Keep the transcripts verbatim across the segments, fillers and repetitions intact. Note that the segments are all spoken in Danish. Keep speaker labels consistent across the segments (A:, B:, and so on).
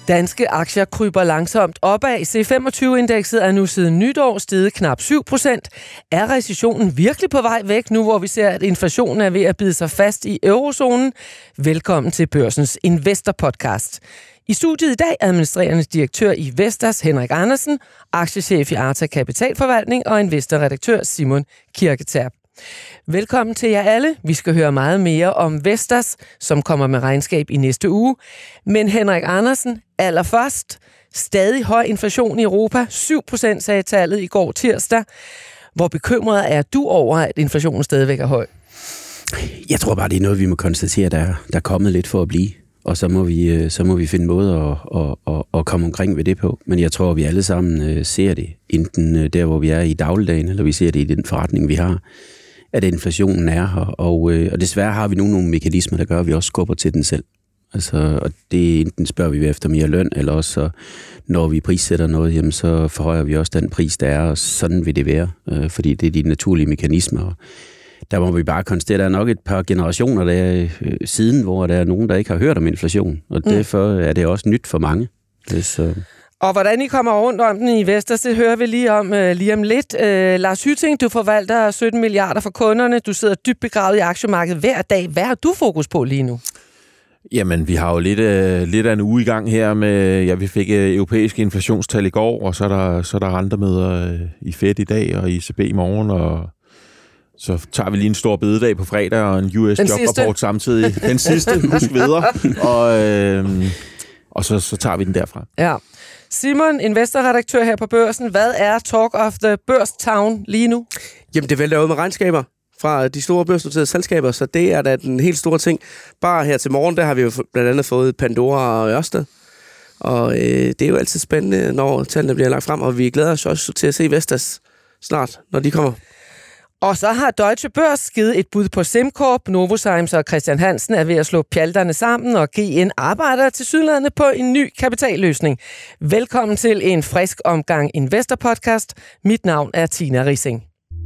A: Danske aktier kryber langsomt opad. C femogtyve-indekset er nu siden nytår steget knap syv procent. Er recessionen virkelig på vej væk, nu hvor vi ser, at inflationen er ved at bide sig fast i eurozonen? Velkommen til Børsens Investor-podcast. I studiet i dag administrerende direktør i Vestas Henrik Andersen, aktiechef i Arta Kapitalforvaltning og investorredaktør Simon Kirketerp. Velkommen til jer alle. Vi skal høre meget mere om Vestas, som kommer med regnskab i næste uge. Men Henrik Andersen, allerførst, stadig høj inflation i Europa. syv procent sagde tallet i går tirsdag. Hvor bekymret er du over, at inflationen stadigvæk er høj?
B: Jeg tror bare, det er noget, vi må konstatere, der, der er kommet lidt for at blive. Og så må vi, så må vi finde måde at, at, at, at komme omkring ved det på. Men jeg tror, vi alle sammen ser det, enten der, hvor vi er i dagligdagen, eller vi ser det i den forretning, vi har, at inflationen er her. Og, og desværre har vi nu nogle mekanismer, der gør, at vi også skubber til den selv. Altså, og det enten spørger vi efter mere løn, eller også når vi prissætter noget, jamen, så forhøjer vi også den pris, der er, og sådan vil det være. Fordi det er de naturlige mekanismer. Der må vi bare konstatere, at der er nok et par generationer der siden, hvor der er nogen, der ikke har hørt om inflation. Og mm. derfor er det også nyt for mange. Så...
A: Og hvordan I kommer rundt om den i Vestas, det hører vi lige om uh, lige om lidt. Uh, Lars Hytting, du forvalter sytten milliarder for kunderne. Du sidder dybt begravet i aktiemarkedet hver dag. Hvad har du fokus på lige nu?
C: Jamen, vi har jo lidt, øh, lidt af en uge i gang her med, ja, vi fik øh, europæiske inflationstal i går, og så er der, så er der rentemøder øh, i Fed i dag og i E C B i morgen, og så tager vi lige en stor bededag på fredag og en U S jobrapport samtidig. Den sidste, husk videre. Og, øh, og så, så tager vi den derfra.
A: Ja. Simon, investorredaktør her på Børsen. Hvad er Talk of the Børstown lige nu?
D: Jamen, det vælter ud med regnskaber fra de store børsnoterede selskaber, så det er da den helt store ting. Bare her til morgen, der har vi jo blandt andet fået Pandora og Ørsted. Og øh, det er jo altid spændende, når tallene bliver lagt frem, og vi glæder os også til at se Vestas snart, når de kommer.
A: Og så har Deutsche Børs givet et bud på SimCorp. Novozymes og Christian Hansen er ved at slå pjalterne sammen, og G N arbejder tilsyneladende på en ny kapitalløsning. Velkommen til en frisk omgang Investor Podcast. Mit navn er Tina Rising.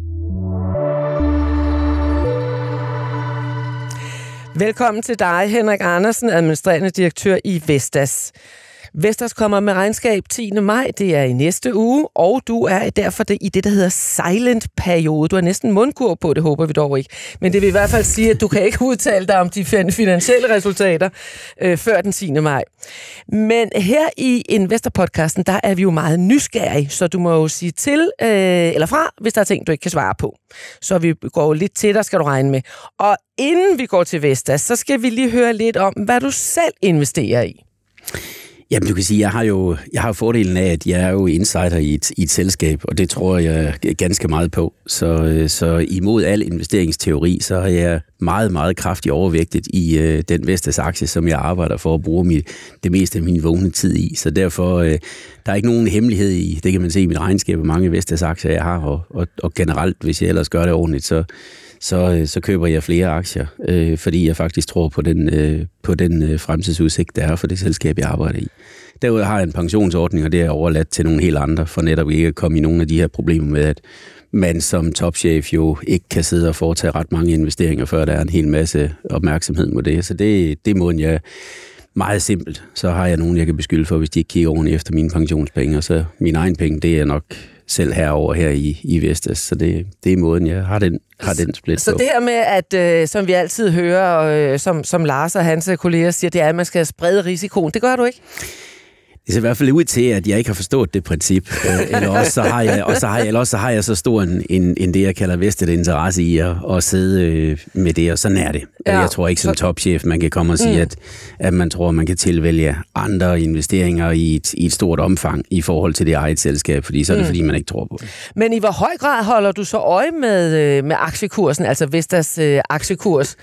A: Velkommen til dig, Henrik Andersen, administrerende direktør i Vestas. Vestas kommer med regnskab tiende maj, det er i næste uge, og du er derfor det, i det, der hedder silent-periode. Du har næsten mundkur på, det håber vi dog ikke. Men det vil i hvert fald sige, at du kan ikke udtale dig om de finansielle resultater øh, før den tiende maj. Men her i Investor-podcasten, der er vi jo meget nysgerrige, så du må jo sige til øh, eller fra, hvis der er ting, du ikke kan svare på. Så vi går lidt til dig, skal du regne med. Og inden vi går til Vestas, så skal vi lige høre lidt om, hvad du selv investerer i.
B: Jamen, du kan sige, jeg har jo jeg har fordelen af, at jeg er jo insider i et, i et selskab, og det tror jeg ganske meget på. Så, så imod al investeringsteori, så er jeg meget, meget kraftigt overvægtet i øh, den Vestas-aktie, som jeg arbejder for at bruge mit, det meste af min vågne tid i. Så derfor, øh, der er ikke nogen hemmelighed i, det kan man se i mit regnskab, hvor mange Vestas-aktier jeg har, og, og, og generelt, hvis jeg ellers gør det ordentligt, så Så, så køber jeg flere aktier, øh, fordi jeg faktisk tror på den, øh, på den øh, fremtidsudsigt, der er for det selskab, jeg arbejder i. Derudover har jeg en pensionsordning, og det er overladt til nogle helt andre, for netop ikke at komme i nogle af de her problemer med, at man som topchef jo ikke kan sidde og foretage ret mange investeringer, før der er en hel masse opmærksomhed mod det. Så det, det er måden, jeg meget simpelt. Så har jeg nogen, jeg kan beskylde for, hvis de ikke kigger ordentligt efter mine pensionspenge, og så mine egne penge, det er nok selv herover her i, i Vestas. Så det, det er måden, jeg har den, har den split på.
A: Så det her med, at øh, som vi altid hører, øh, som, som Lars og hans kolleger siger, det er, at man skal sprede risikoen. Det gør du ikke?
B: Det ser i hvert fald ud til, at jeg ikke har forstået det princip. eller også så har jeg, og så har jeg, eller også så har jeg så stor en, en, en det, jeg kalder vestet interesse i at, at sidde med det, og sådan er det. Ja, jeg tror ikke som topchef, man kan komme og sige, mm. at, at man tror, at man kan tilvælge andre investeringer i et, i et stort omfang i forhold til det eget selskab, fordi så er det, mm. fordi man ikke tror på det.
A: Men i hvor høj grad holder du så øje med, med aktiekursen, altså Vestas øh, aktiekurs?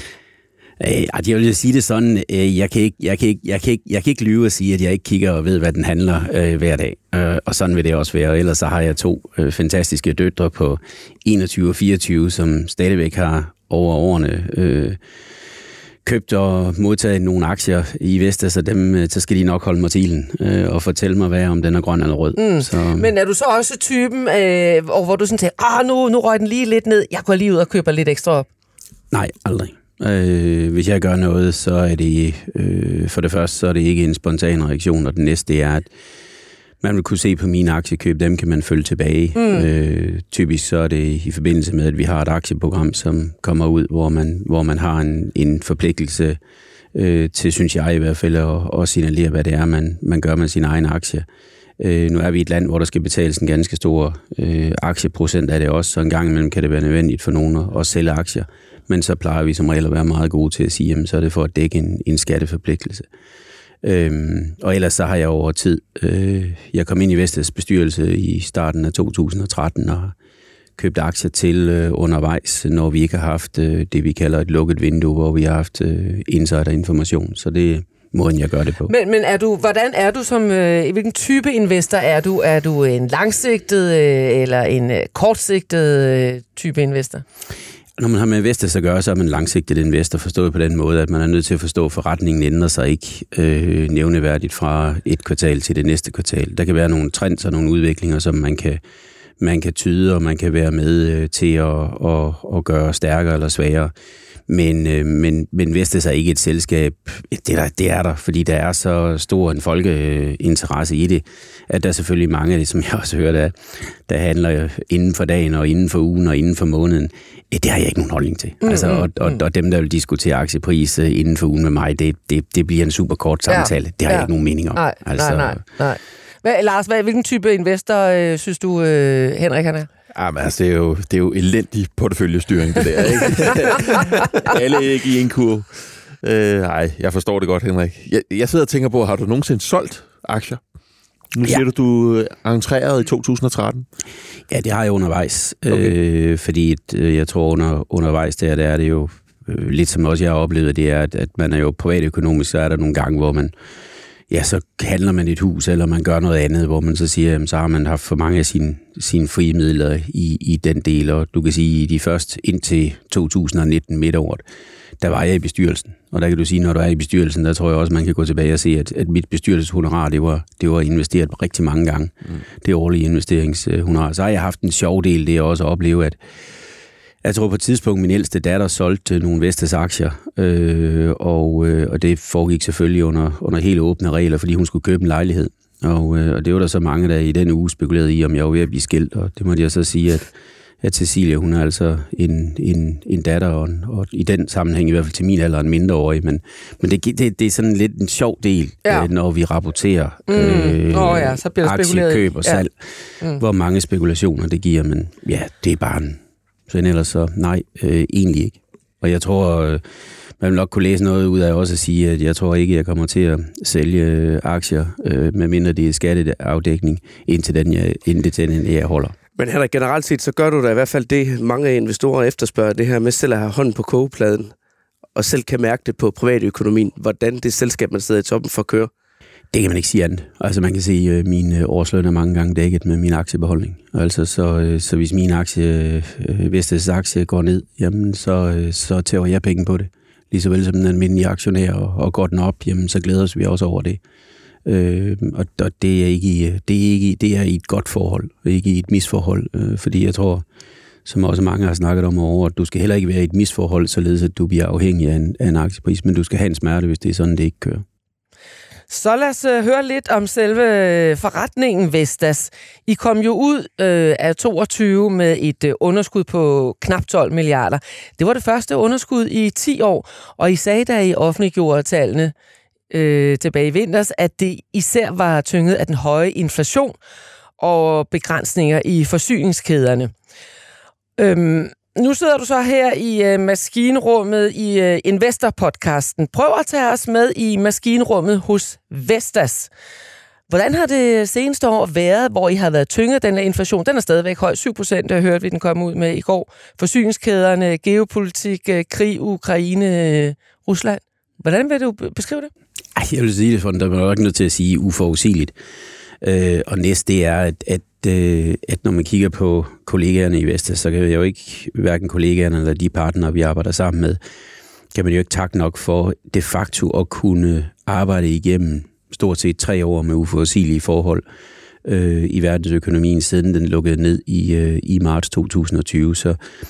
B: Jeg vil sige det sådan, jeg kan ikke, jeg kan ikke, jeg kan ikke, jeg kan ikke lyve og sige, at jeg ikke kigger og ved, hvad den handler øh, hver dag. Øh, og sådan vil det også være. Ellers så har jeg to øh, fantastiske døtre på enogtyve og fireogtyve, som stadigvæk har over årene øh, købt og modtaget nogle aktier i Vestas, så dem, så skal de nok holde mig til ilden øh, og fortælle mig, hvad om den er grøn eller rød. Mm. Så. Men
A: er du så også typen, øh, hvor du sådan tænker, ah, nu, nu røg den lige lidt ned, jeg går lige ud og køber lidt ekstra op?
B: Nej, aldrig. Øh, hvis jeg gør noget, så er det øh, for det første, så er det ikke en spontan reaktion, og det næste det er, at man vil kunne se på mine aktiekøb, dem kan man følge tilbage. Mm. Øh, typisk så er det i forbindelse med, at vi har et aktieprogram, som kommer ud, hvor man, hvor man har en, en forpligtelse øh, til, synes jeg i hvert fald, at, at signalere, hvad det er, man, man gør med sin egen aktie. Øh, nu er vi i et land, hvor der skal betales en ganske stor øh, aktieprocent af det også, så en gang imellem kan det være nødvendigt for nogen at, at sælge aktier. Men så plejer vi som regel at være meget gode til at sige, jamen så er det for at dække en, en skatteforpligtelse. Øhm, og ellers så har jeg over tid, øh, jeg kom ind i Vestas bestyrelse i starten af to tusind og tretten og købt aktier til øh, undervejs, når vi ikke har haft øh, det, vi kalder et lukket vindue, hvor vi har haft øh, insiderinformation. Så det er måden, jeg gør det på.
A: Men, men er du, hvordan er du som, øh, hvilken type investor er du? Er du en langsigtet øh, eller en øh, kortsigtet øh, type investor?
B: Når man har med Vestas at gøre, så er man langsigtet investor, forstået på den måde, at man er nødt til at forstå, at forretningen ændrer sig ikke øh, nævneværdigt fra et kvartal til det næste kvartal. Der kan være nogle trends og nogle udviklinger, som man kan, man kan tyde, og man kan være med øh, til at, at, at gøre stærkere eller svagere. Men, øh, men, men Vestas er ikke et selskab, det er, der, det er der, fordi der er så stor en folkeinteresse i det, at der er selvfølgelig mange af det, som jeg også hører, der, der handler inden for dagen og inden for ugen og inden for måneden. Det har jeg ikke nogen holdning til. Mm, altså, og, og, og dem, der vil diskutere aktiepris inden for ugen med mig, det, det, det bliver en super kort samtale. Ja, det har ja. jeg ikke nogen mening om.
A: Nej,
B: altså,
A: nej, nej. nej. Hvad, Lars, hvad, hvilken type investor øh, synes du, øh, Henrik, han er?
C: Jamen, altså, det er jo, det er jo elendig porteføljestyring, det der, ikke? Alle ikke i en kurv. Øh, nej, jeg forstår det godt, Henrik. Jeg, jeg sidder og tænker på, har du nogensinde solgt aktier? Nu siger ja. du, du entrerede i to tusind og tretten.
B: Ja, det har jeg undervejs.
C: Okay.
B: Øh, fordi et, jeg tror, under, undervejs der, der er det jo øh, lidt som også jeg har oplevet, det er, at, at man er jo privatøkonomisk, så er der nogle gange, hvor man ja, så handler man et hus, eller man gør noget andet, hvor man så siger, jamen, så har man haft for mange af sine, sine frie midler i, i den del, og du kan sige, i de første indtil to tusind og nitten midt året, der var jeg i bestyrelsen. Og der kan du sige, når du er i bestyrelsen, der tror jeg også, man kan gå tilbage og se, at, at mit bestyrelseshonorar, det var, det var investeret rigtig mange gange. Mm. Det årlige investeringshonorar. Så har jeg haft en sjov del, det er også at opleve, at jeg tror på et tidspunkt, min ældste datter solgte nogle Vestas aktier, øh, og, øh, og det foregik selvfølgelig under, under helt åbne regler, fordi hun skulle købe en lejlighed. Og, øh, og det var der så mange, der i den uge spekulerede i, om jeg var ved at blive skilt, og det måtte jeg så sige, at, at Cecilia, hun er altså en, en, en datter, og, og i den sammenhæng i hvert fald til min alder en mindreårig, men, men det, det, det er sådan lidt en sjov del, ja. øh, når vi rapporterer
A: mm. øh, oh, ja, så bliver
B: aktiekøb og salg, ja. mm. hvor mange spekulationer det giver, men ja, det er bare en så ellers så nej, øh, egentlig ikke. Og jeg tror, øh, man vil nok kunne læse noget ud af også at sige, at jeg tror ikke, jeg kommer til at sælge øh, aktier, øh, medmindre det er skatteafdækning, indtil den, jeg, indtil den jeg holder.
D: Men Henrik, generelt set, så gør du da i hvert fald det, mange investorer efterspørger, det her med selv at have hånden på kogepladen, og selv kan mærke det på privatøkonomien, hvordan det selskab, man sidder i toppen for kører.
B: Det kan man ikke sige andet. Altså man kan se, at min årsløn er mange gange dækket med min aktiebeholdning. Altså så, så hvis min aktie, Vestas aktie går ned, jamen så, så tager jeg penge på det. Ligeså vel som den almindelige aktionær, og, og går den op, jamen så glæder vi også over det. Øh, og, og det er ikke, det er ikke, det er i et godt forhold, ikke i et misforhold, øh, fordi jeg tror, som også mange har snakket om over, at du skal heller ikke være i et misforhold, således at du bliver afhængig af en, af en aktiepris, men du skal have en smerte, hvis det er sådan, det ikke kører.
A: Så lad os uh, høre lidt om selve forretningen Vestas. I kom jo ud uh, af toogtyve med et uh, underskud på knap tolv milliarder. Det var det første underskud i ti år, og I sagde, da I offentliggjorde tallene uh, tilbage i vinters, at det især var tynget af den høje inflation og begrænsninger i forsyningskæderne. Øhm, Nu sidder du så her i uh, maskinrummet i uh, Investor-podcasten. Prøv at tage os med i maskinrummet hos Vestas. Hvordan har det seneste år været, hvor I har været tynget den her inflation? Den er stadigvæk høj, syv procent, der hørte vi den komme ud med i går. Forsyningskæderne, geopolitik, krig, Ukraine, Rusland. Hvordan vil du beskrive det?
B: Ej, jeg vil sige det, for der er jo ikke nødt til at sige uforudsigeligt. Øh, og næste det er, at, at, øh, at når man kigger på kollegaerne i Vestas, så kan jeg jo ikke, hverken kollegaerne eller de partnere, vi arbejder sammen med, kan man jo ikke takke nok for de facto at kunne arbejde igennem stort set tre år med uforudsigelige forhold øh, i verdensøkonomien, siden den lukkede ned i, øh, i marts to tusind og tyve. Så,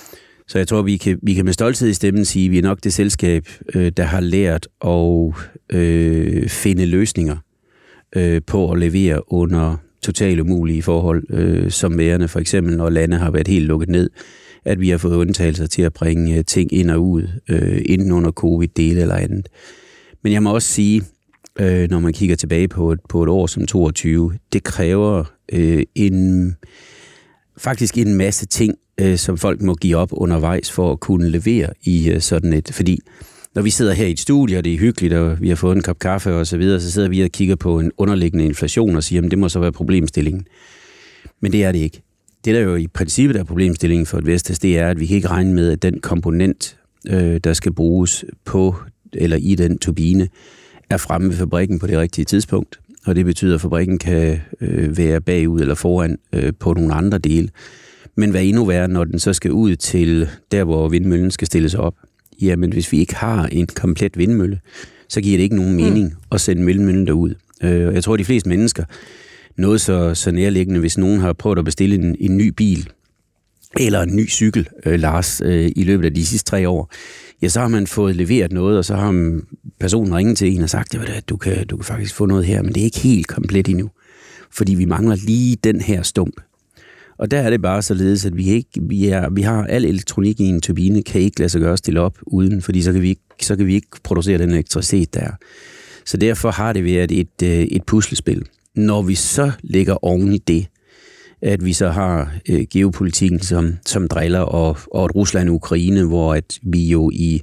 B: Så jeg tror, vi kan, vi kan med stolthed i stemmen sige, at vi er nok det selskab, øh, der har lært at øh, finde løsninger øh, på at levere under totalt umulige forhold, øh, som værende for eksempel, når lande har været helt lukket ned, at vi har fået undtagelser til at bringe ting ind og ud, øh, enten under covid-dele eller andet. Men jeg må også sige, øh, når man kigger tilbage på et, på et år som toogtyve, det kræver øh, en, faktisk en masse ting, øh, som folk må give op undervejs for at kunne levere i øh, sådan et. Fordi når vi sidder her i et studie, og det er hyggeligt, og vi har fået en kop kaffe og så videre, så sidder vi og kigger på en underliggende inflation og siger, at det må så være problemstillingen. Men det er det ikke. Det, der jo i princippet er problemstillingen for et Vestas, det er, at vi kan ikke regne med, at den komponent, øh, der skal bruges på eller i den turbine, er fremme ved fabrikken på det rigtige tidspunkt. Og det betyder, at fabrikken kan øh, være bagud eller foran øh, på nogle andre dele. Men hvad endnu værre, når den så skal ud til der, hvor vindmøllen skal stilles op. Jamen, hvis vi ikke har en komplet vindmølle, så giver det ikke nogen mening mm. at sende vindmøllen derud. Øh, jeg tror, at de fleste mennesker, noget så, så nærliggende, hvis nogen har prøvet at bestille en, en ny bil, eller en ny cykel, øh, Lars, øh, i løbet af de sidste tre år, ja, så har man fået leveret noget, og så har personen ringet til en og sagt, at du kan, du kan faktisk få noget her, men det er ikke helt komplet endnu, fordi vi mangler lige den her stump. Og der er det bare således, at vi ikke, vi, er, vi har al elektronik i en turbine, kan ikke lade sig gøre stille op uden, fordi så kan vi ikke, så kan vi ikke producere den elektricitet der. Så derfor har det været et, et puslespil. Når vi så ligger oven i det, at vi så har øh, geopolitikken som, som driller, og, og et Rusland og Ukraine, hvor at vi jo i,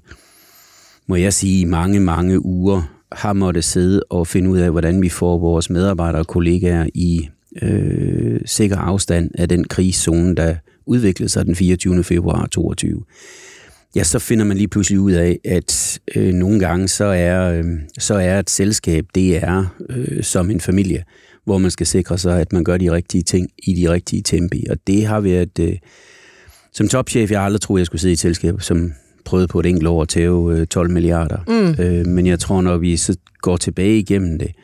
B: må jeg sige, mange, mange uger har måttet sidde og finde ud af, hvordan vi får vores medarbejdere og kollegaer i øh, sikker afstand af den krigszone, der udviklede sig den fireogtyvende februar toogtyve. Ja, så finder man lige pludselig ud af, at øh, nogle gange så er, øh, så er et selskab, det er øh, som en familie, hvor man skal sikre sig, at man gør de rigtige ting i de rigtige tempi. Og det har været, øh, som topchef, jeg aldrig troede, jeg skulle sidde i et selskab, som prøvede på et enkelt år at tæve øh, tolv milliarder. Mm. Øh, men jeg tror, når vi så går tilbage igennem det,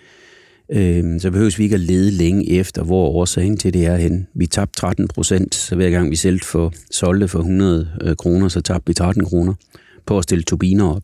B: øh, så behøver vi ikke at lede længe efter, hvor årsagen til det er henne. Vi tabte tretten procent, så hver gang vi solgte for, solgte for hundrede øh, kroner, så tabte vi tretten kroner på at stille turbiner op.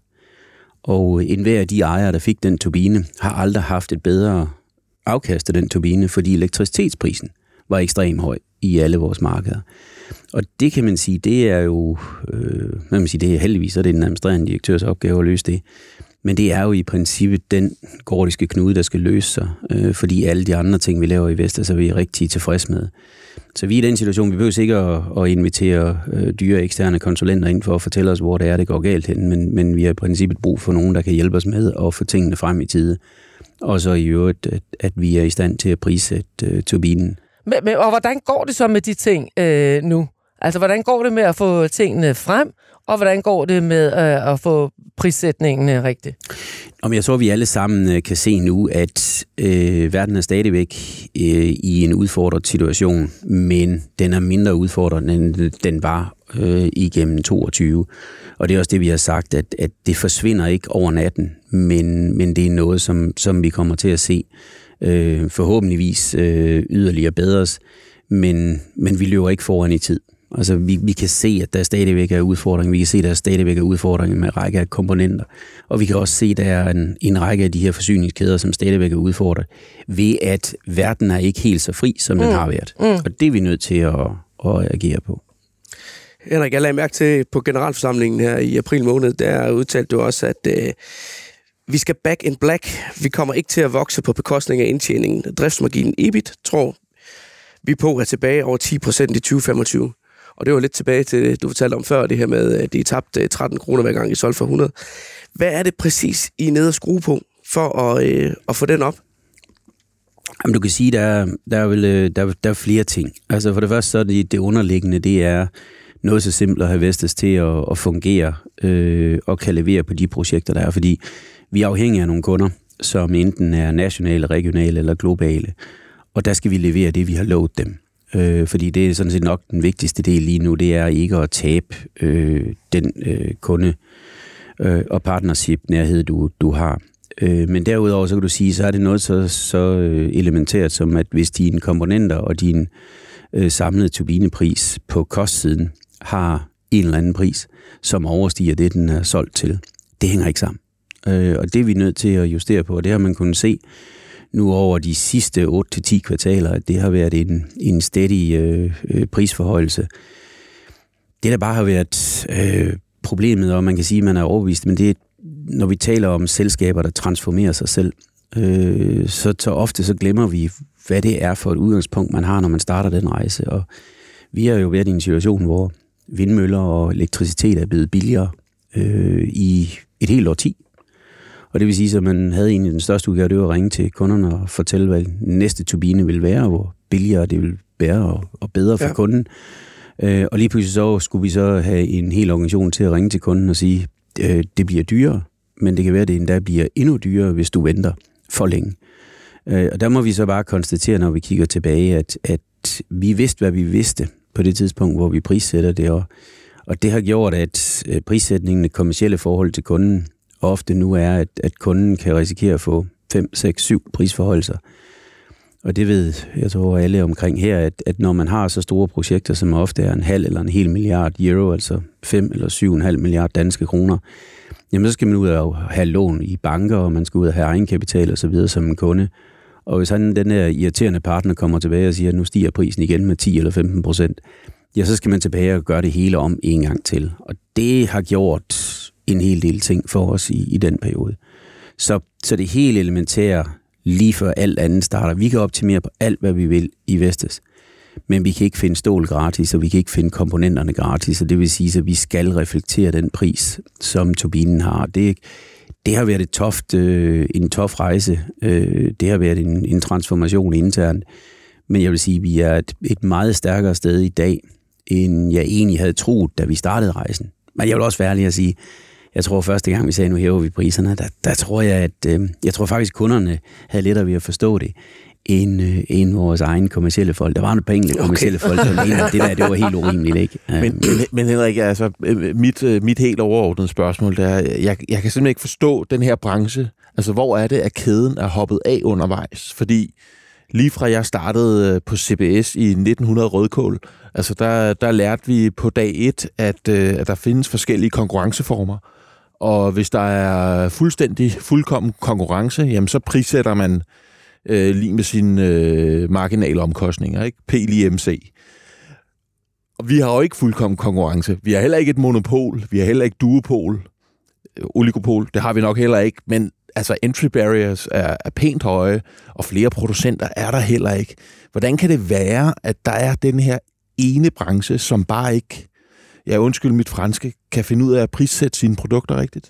B: Og enhver af de ejere, der fik den turbine, har aldrig haft et bedre afkast af den turbine, fordi elektricitetsprisen var ekstremt høj i alle vores markeder. Og det kan man sige, det er jo, øh, hvad man siger, det er heldigvis, så er det den administrerende direktørs opgave at løse det. Men det er jo i princippet den gordiske knude, der skal løse sig, øh, fordi alle de andre ting, vi laver i Vestas, så er vi rigtig tilfreds med. Så vi er i den situation, vi behøver ikke at, at invitere øh, dyre eksterne konsulenter ind for at fortælle os, hvor det er, det går galt hen, men, men vi har i princippet brug for nogen, der kan hjælpe os med at få tingene frem i tide. Og så i øvrigt, at, at vi er i stand til at prissætte uh, turbinen.
A: Men, men, og hvordan går det så med de ting øh, nu? Altså, hvordan går det med at få tingene frem, og hvordan går det med øh, at få prissætningen rigtigt?
B: Om jeg tror, vi alle sammen øh, kan se nu, at øh, verden er stadigvæk øh, i en udfordret situation, men den er mindre udfordret, end den var øh, igennem toogtyve. Og det er også det, vi har sagt, at, at det forsvinder ikke over natten, men, men det er noget, som, som vi kommer til at se øh, forhåbentligvis øh, yderligere bedres, men, men vi løber ikke foran i tid. Altså, vi, vi kan se, at der stadigvæk er udfordringer. Vi kan se, at der stadigvæk er udfordringer med en række af komponenter. Og vi kan også se, at der er en, en række af de her forsyningskæder, som stadigvæk er udfordret, ved at verden er ikke helt så fri, som mm. den har været. Mm. Og det er vi nødt til at, at agere på.
D: Henrik, jeg lagde mærke til på generalforsamlingen her i april måned, der udtalte du også, at øh, vi skal back in black. Vi kommer ikke til at vokse på bekostning af indtjeningen. Driftsmarginen E B I T, tror vi på, er tilbage over ti procent i tyve femogtyve. Og det var lidt tilbage til det, du fortalte om før, det her med, at de tabte tretten kroner hver gang, I solgte for hundrede. Hvad er det præcis, I er nede at skrue på, for at, øh, at få den op?
B: Jamen, du kan sige, der er, der er, vel, der, der er flere ting. Altså for det første, så er det, det underliggende, det er noget så simpelt at have Vestas til at, at fungere øh, og kan levere på de projekter, der er. Fordi vi er afhængige af nogle kunder, som enten er nationale, regionale eller globale. Og der skal vi levere det, vi har lovet dem. Øh, fordi det er sådan set nok den vigtigste del lige nu, det er ikke at tabe øh, den øh, kunde- øh, og partnership-nærhed, du, du har. Øh, men derudover, så kan du sige, så er det noget så, så elementært som, at hvis dine komponenter og din øh, samlede turbinepris på kostsiden har en eller anden pris, som overstiger det, den er solgt til. Det hænger ikke sammen. Øh, og det er vi nødt til at justere på, og det har man kunnet se nu over de sidste otte til ti kvartaler, at det har været en, en steady øh, prisforhøjelse. Det, der bare har været øh, problemet, og man kan sige, at man er overbevist, men det er, når vi taler om selskaber, der transformerer sig selv, øh, så, så ofte så glemmer vi, hvad det er for et udgangspunkt, man har, når man starter den rejse. Og vi har jo været i en situation, hvor vindmøller og elektricitet er blevet billigere øh, i et helt årti. Og det vil sige, at man havde egentlig den største udgave, det var at ringe til kunderne og fortælle, hvad næste turbine ville være, hvor billigere det ville være og, og bedre for ja. kunden. Øh, og lige pludselig så skulle vi så have en hel organisation til at ringe til kunden og sige, øh, det bliver dyrere, men det kan være, at det endda bliver endnu dyrere, hvis du venter for længe. Øh, og der må vi så bare konstatere, når vi kigger tilbage, at, at vi vidste, hvad vi vidste på det tidspunkt, hvor vi prissætter det. Og, og det har gjort, at prissætningen, kommercielle forhold til kunden, ofte nu er, at, at kunden kan risikere at få fem, seks, syv prisforholdelser. Og det ved, jeg tror alle omkring her, at, at når man har så store projekter, som ofte er en halv eller en hel milliard euro, altså fem eller syv og en halv milliard danske kroner, jamen så skal man ud og have lån i banker, og man skal ud og have egenkapital og så videre som en kunde. Og hvis han, den her irriterende partner kommer tilbage og siger, at nu stiger prisen igen med ti eller femten procent, ja, så skal man tilbage og gøre det hele om en gang til. Og det har gjort en hel del ting for os i, i den periode. Så, så det helt elementære, lige før alt andet starter. Vi kan optimere på alt, hvad vi vil i Vestas. Men vi kan ikke finde stål gratis, og vi kan ikke finde komponenterne gratis. Og det vil sige, at vi skal reflektere den pris, som turbinen har. Det, det har været et toft, øh, en tof rejse. Øh, det har været en, en transformation internt. Men jeg vil sige, at vi er et, et meget stærkere sted i dag, end jeg egentlig havde troet, da vi startede rejsen. Men jeg vil også være ærlig at sige, jeg tror første gang, vi sagde, nu hæver vi priserne, der, der tror jeg, at øh, jeg tror faktisk, kunderne havde lettere ved at forstå det, end, øh, end vores egne kommercielle folk. Der var nogle enkelte kommercielle okay. folk, der mente, at det der, det var helt urimeligt, ikke?
C: Men, men, men Henrik, altså, mit, mit helt overordnede spørgsmål, det er, jeg, jeg kan simpelthen ikke forstå den her branche. Altså, hvor er det, at kæden er hoppet af undervejs? Fordi lige fra jeg startede på C B S i nitten hundrede rødkål, altså der, der lærte vi på dag et, at, at der findes forskellige konkurrenceformer. Og hvis der er fuldstændig, fuldkommen konkurrence, jamen så prissætter man øh, lige med sine øh, marginale omkostninger, ikke? P lige M C. Og vi har jo ikke fuldkommen konkurrence. Vi har heller ikke et monopol. Vi har heller ikke duopol. Oligopol, det har vi nok heller ikke. Men altså entry barriers er, er pænt høje, og flere producenter er der heller ikke. Hvordan kan det være, at der er den her ene branche, som bare ikke, jeg undskyld mit franske, kan finde ud af at prissætte sine produkter rigtigt?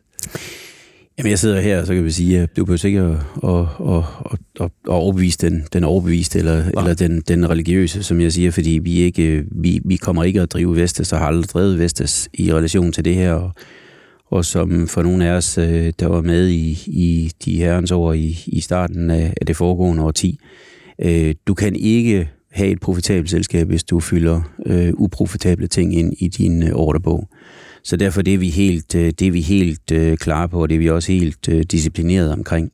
B: Jamen, jeg sidder her, og så kan vi sige, at du behøver sikkert at, at, at, at, at overbevise den, den overbeviste, eller, eller den, den religiøse, som jeg siger, fordi vi, ikke, vi, vi kommer ikke at drive Vestas, og har aldrig drevet Vestas i relation til det her, og, og som for nogle af os, der var med i, i de herrens år i, i starten af, af det foregående årti, du kan ikke have et profitabelt selskab, hvis du fylder øh, uprofitable ting ind i din øh, ordrebog. Så derfor det er vi helt, øh, det er vi helt øh, klare på, og det er vi også helt øh, disciplineret omkring.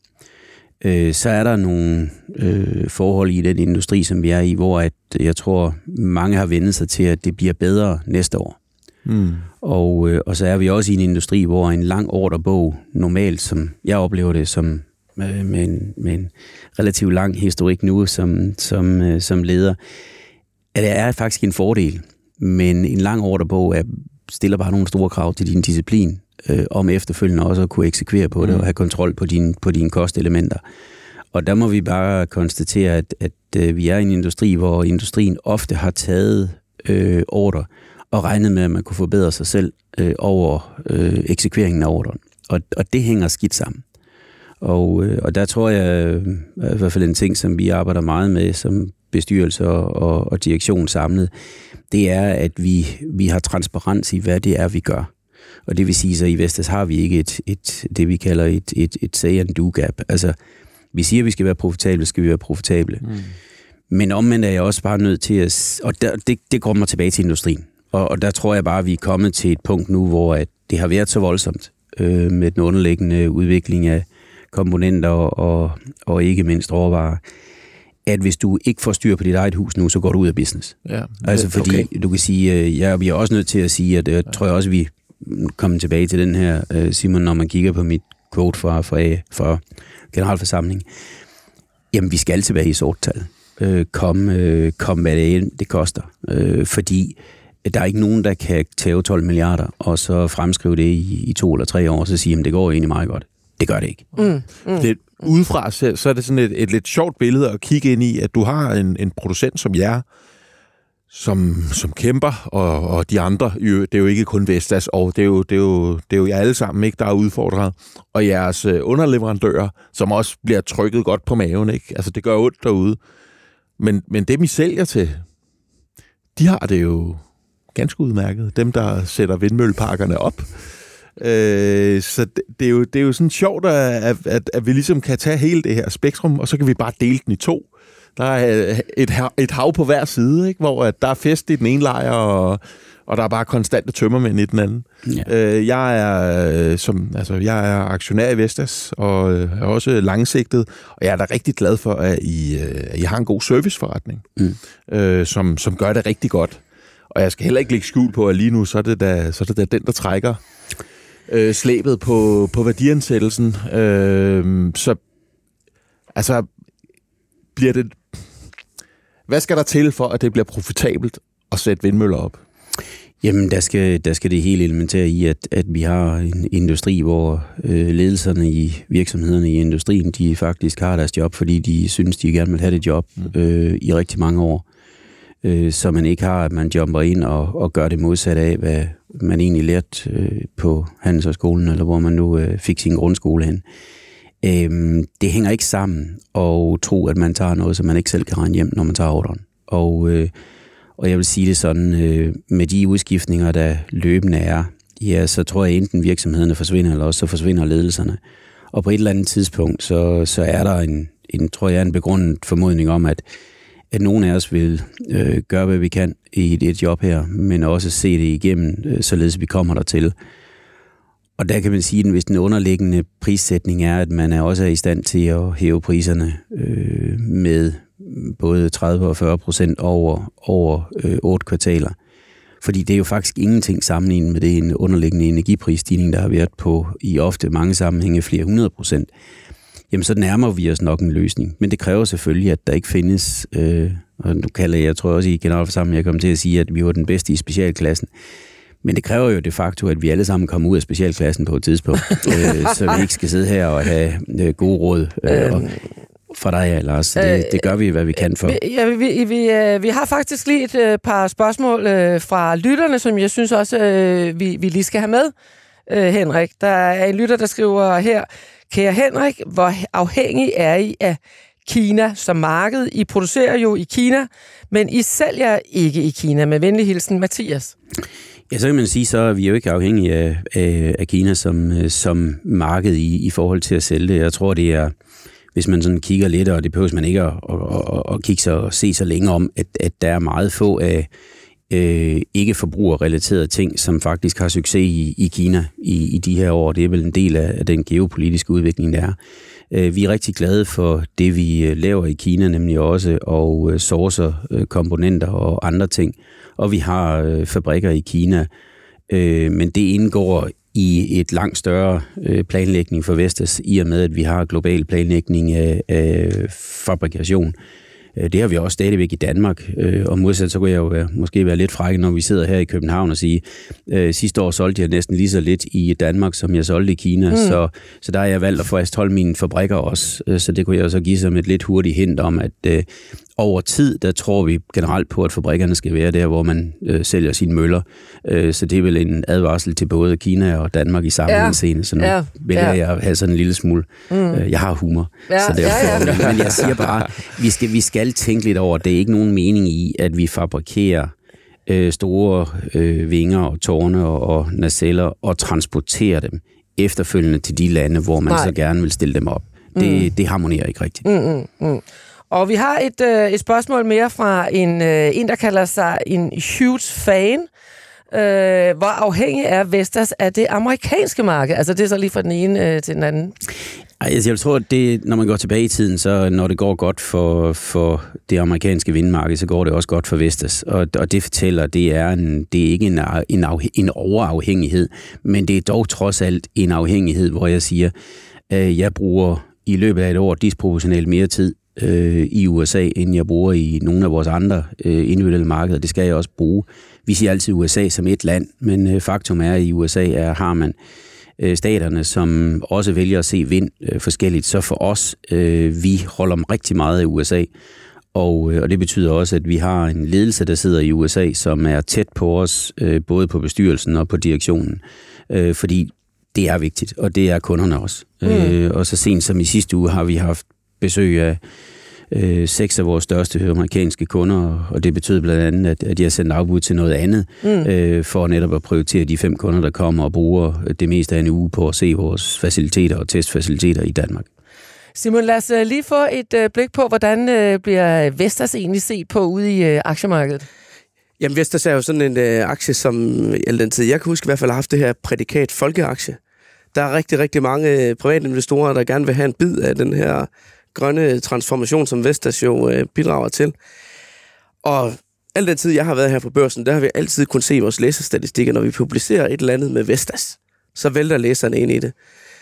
B: Øh, så er der nogle øh, forhold i den industri, som vi er i, hvor at, jeg tror, mange har vendt sig til, at det bliver bedre næste år. Mm. Og, øh, og så er vi også i en industri, hvor en lang ordrebog, normalt, som jeg oplever det, som med, med, en, med en relativt lang historik nu som, som, som leder, at det er faktisk en fordel. Men en lang ordrebog er, stiller bare nogle store krav til din disciplin, øh, om efterfølgende også at kunne eksekvere på det, mm. og have kontrol på dine på dine kostelementer. Og der må vi bare konstatere, at, at øh, vi er i en industri, hvor industrien ofte har taget øh, ordre og regnet med, at man kunne forbedre sig selv øh, over øh, eksekveringen af ordren. Og, og det hænger skidt sammen. Og, øh, og der tror jeg, øh, i hvert fald en ting, som vi arbejder meget med som bestyrelse og, og, og direktion samlet, det er, at vi, vi har transparens i, hvad det er, vi gør. Og det vil sige, så i Vestas har vi ikke et, et, det, vi kalder et, et, et say and do gap. Altså, vi siger, at vi skal være profitable, skal vi være profitable. Mm. Men omvendt er jeg også bare nødt til at... Og der, det, det går mig tilbage til industrien. Og, og der tror jeg bare, at vi er kommet til et punkt nu, hvor at det har været så voldsomt øh, med den underliggende udvikling af komponenter og, og ikke mindst råvarer, at hvis du ikke får styr på dit eget hus nu, så går du ud af business.
C: Ja,
B: altså fordi, okay. du kan sige, ja, vi er også nødt til at sige, at jeg ja. tror jeg også, vi kommer tilbage til den her, Simon, når man kigger på mit quote fra, fra, fra generalforsamling. Jamen, vi skal tilbage i sorttal. Øh, kom, øh, kom, hvad det, det koster. Øh, fordi der er ikke nogen, der kan tage tolv milliarder, og så fremskrive det i, i to eller tre år, og så sige, at det går egentlig meget godt. Det gør det ikke. Mm,
C: mm. Det, udefra, så, så er det sådan et, et lidt sjovt billede at kigge ind i, at du har en, en producent som jer, som, som kæmper, og, og de andre, det er jo ikke kun Vestas, og det er jo, det er jo, det er jo jer alle sammen, ikke, der er udfordret, og jeres underleverandører, som også bliver trykket godt på maven, ikke? Altså, det gør ondt derude. Men, men dem, I sælger til, de har det jo ganske udmærket. Dem, der sætter vindmølleparkerne op. Øh, så det, det, er jo, det er jo sådan sjovt, at, at, at vi ligesom kan tage hele det her spektrum, og så kan vi bare dele den i to. Der er et, et hav på hver side, ikke? Hvor at der er fest i den ene lejr, og, og der er bare konstante tømmermænd i den anden. Ja. Øh, jeg, er, som, altså, jeg er aktionær i Vestas, og er også langsigtet, og jeg er da rigtig glad for, at I, at I har en god serviceforretning, mm. øh, som, som gør det rigtig godt. Og jeg skal heller ikke lægge skjul på, at lige nu, så er det da, så er det da den, der trækker øh, slæbet på, på værdiansættelsen. Øh, så altså, bliver det... Hvad skal der til for, at det bliver profitabelt at sætte vindmøller op?
B: Jamen, der skal, der skal det helt elementære i, at, at vi har en industri, hvor øh, ledelserne i virksomhederne i industrien, de faktisk har deres job, fordi de synes, de gerne vil have det job øh, i rigtig mange år. Øh, så man ikke har, at man jumper ind og, og gør det modsat af, hvad man egentlig lærte øh, på handelshøjskolen, eller hvor man nu øh, fik sin grundskole hen. Øh, det hænger ikke sammen at tro, at man tager noget, som man ikke selv kan regne hjem, når man tager ordren. Og, øh, og jeg vil sige det sådan, øh, med de udskiftninger, der løbende er, ja, så tror jeg enten virksomhederne forsvinder, eller også så forsvinder ledelserne. Og på et eller andet tidspunkt, så, så er der en, en, tror jeg, en begrundet formodning om, at at nogen af os vil øh, gøre, hvad vi kan i et, et job her, men også se det igennem, øh, således vi kommer dertil. Og der kan man sige, at hvis den underliggende prissætning er, at man er også er i stand til at hæve priserne øh, med både tredive og fyrre procent over, over øh, otte kvartaler. Fordi det er jo faktisk ingenting sammenlignet med det en underliggende energiprisstigning, der har været på i ofte mange sammenhænge flere hundrede procent. Jamen, så nærmer vi os nok en løsning. Men det kræver selvfølgelig, at der ikke findes, øh, og nu kalder jeg, jeg tror også i generalforsamlingen, jeg kommer til at sige, at vi var den bedste i specialklassen. Men det kræver jo de facto, at vi alle sammen kommer ud af specialklassen på et tidspunkt, øh, så vi ikke skal sidde her og have øh, gode råd øh, og, fra dig, Lars. Det, det gør vi, hvad vi kan for.
A: Ja, vi, vi, vi, vi har faktisk lige et øh, par spørgsmål øh, fra lytterne, som jeg synes også, øh, vi, vi lige skal have med, øh, Henrik. Der er en lytter, der skriver her: Kære Henrik, hvor afhængig er I af Kina som marked? I producerer jo i Kina, men I sælger ikke i Kina. Med venlig hilsen, Mathias.
B: Ja, så kan man sige, så er vi jo ikke afhængige af, af, af Kina som, som marked i, i forhold til at sælge det. Jeg tror, det er, hvis man sådan kigger lidt, og det behøver man ikke at, at, at, at kigge sig og se så længe om, at, at der er meget få af øh, ikke-forbrugerrelaterede ting, som faktisk har succes i, i Kina i, i de her år. Det er vel en del af, af den geopolitiske udvikling, der er. Øh, vi er rigtig glade for det, vi laver i Kina, nemlig også og øh, sourcer øh, komponenter og andre ting. Og vi har øh, fabrikker i Kina, øh, men det indgår i et langt større øh, planlægning for Vestas, i og med, at vi har global planlægning af, af fabrikation. Det har vi også stadigvæk i Danmark, og modsat så kunne jeg jo være, måske være lidt fræk, når vi sidder her i København og sige, øh, sidste år solgte jeg næsten lige så lidt i Danmark, som jeg solgte i Kina, mm. så, så der har jeg valgt at fastholde mine fabrikker også, så det kunne jeg så give som et lidt hurtigt hint om, at øh, over tid, der tror vi generelt på, at fabrikkerne skal være der, hvor man øh, sælger sine møller, øh, så det er vel en advarsel til både Kina og Danmark i samme ja. henseende, så nu ja. vælger ja. jeg at have sådan en lille smule, mm. øh, jeg har humor, ja. så derfor, ja, ja. men jeg siger bare, vi skal, vi skal tænke lidt over, det er ikke nogen mening i, at vi fabrikerer øh, store øh, vinger og tårne og, og naceller og transporterer dem efterfølgende til de lande, hvor man Nej. så gerne vil stille dem op. Det, mm. det harmonerer ikke rigtigt.
A: Mm, mm, mm. Og vi har et, øh, et spørgsmål mere fra en, øh, en, der kalder sig en huge fan. Øh, hvor afhængig er Vestas af det amerikanske marked? Altså det er så lige fra den ene øh, til den anden.
B: Altså, jeg tror, at det, når man går tilbage i tiden, så når det går godt for, for det amerikanske vindmarked, så går det også godt for Vestas. Og, og det fortæller, det er, en, det er ikke en, en, af, en overafhængighed, men det er dog trods alt en afhængighed, hvor jeg siger, at jeg bruger i løbet af et år disproportionalt mere tid øh, i U S A, end jeg bruger i nogle af vores andre øh, individuelle markeder. Det skal jeg også bruge. Vi siger altid U S A som et land, men øh, faktum er, at i U S A er, har man staterne, som også vælger at se vind øh, forskelligt. Så for os, øh, vi holder rigtig meget i U S A, og, øh, og det betyder også, at vi har en ledelse, der sidder i U S A, som er tæt på os, øh, både på bestyrelsen og på direktionen, øh, fordi det er vigtigt, og det er kunderne også. Mm. Øh, og så sent som i sidste uge har vi haft besøg af øh, seks af vores største amerikanske kunder, og det betød blandt andet, at, at de har sendt afbud til noget andet, mm. øh, for netop at prioritere de fem kunder, der kommer og bruger det meste af en uge på at se vores faciliteter og testfaciliteter i Danmark.
A: Simon, lad os lige få et øh, blik på, hvordan øh, bliver Vestas egentlig set på ude i øh, aktiemarkedet?
D: Jamen, Vestas er jo sådan en øh, aktie, som i den tid, jeg kan huske i hvert fald har haft det her prædikat folkeaktie. Der er rigtig, rigtig mange private investorer, der gerne vil have en bid af den her grønne transformation, som Vestas jo øh, bidrager til. Og al den tid, jeg har været her på børsen, der har vi altid kunnet se vores læserstatistikker, når vi publicerer et eller andet med Vestas. Så vælter læserne ind i det.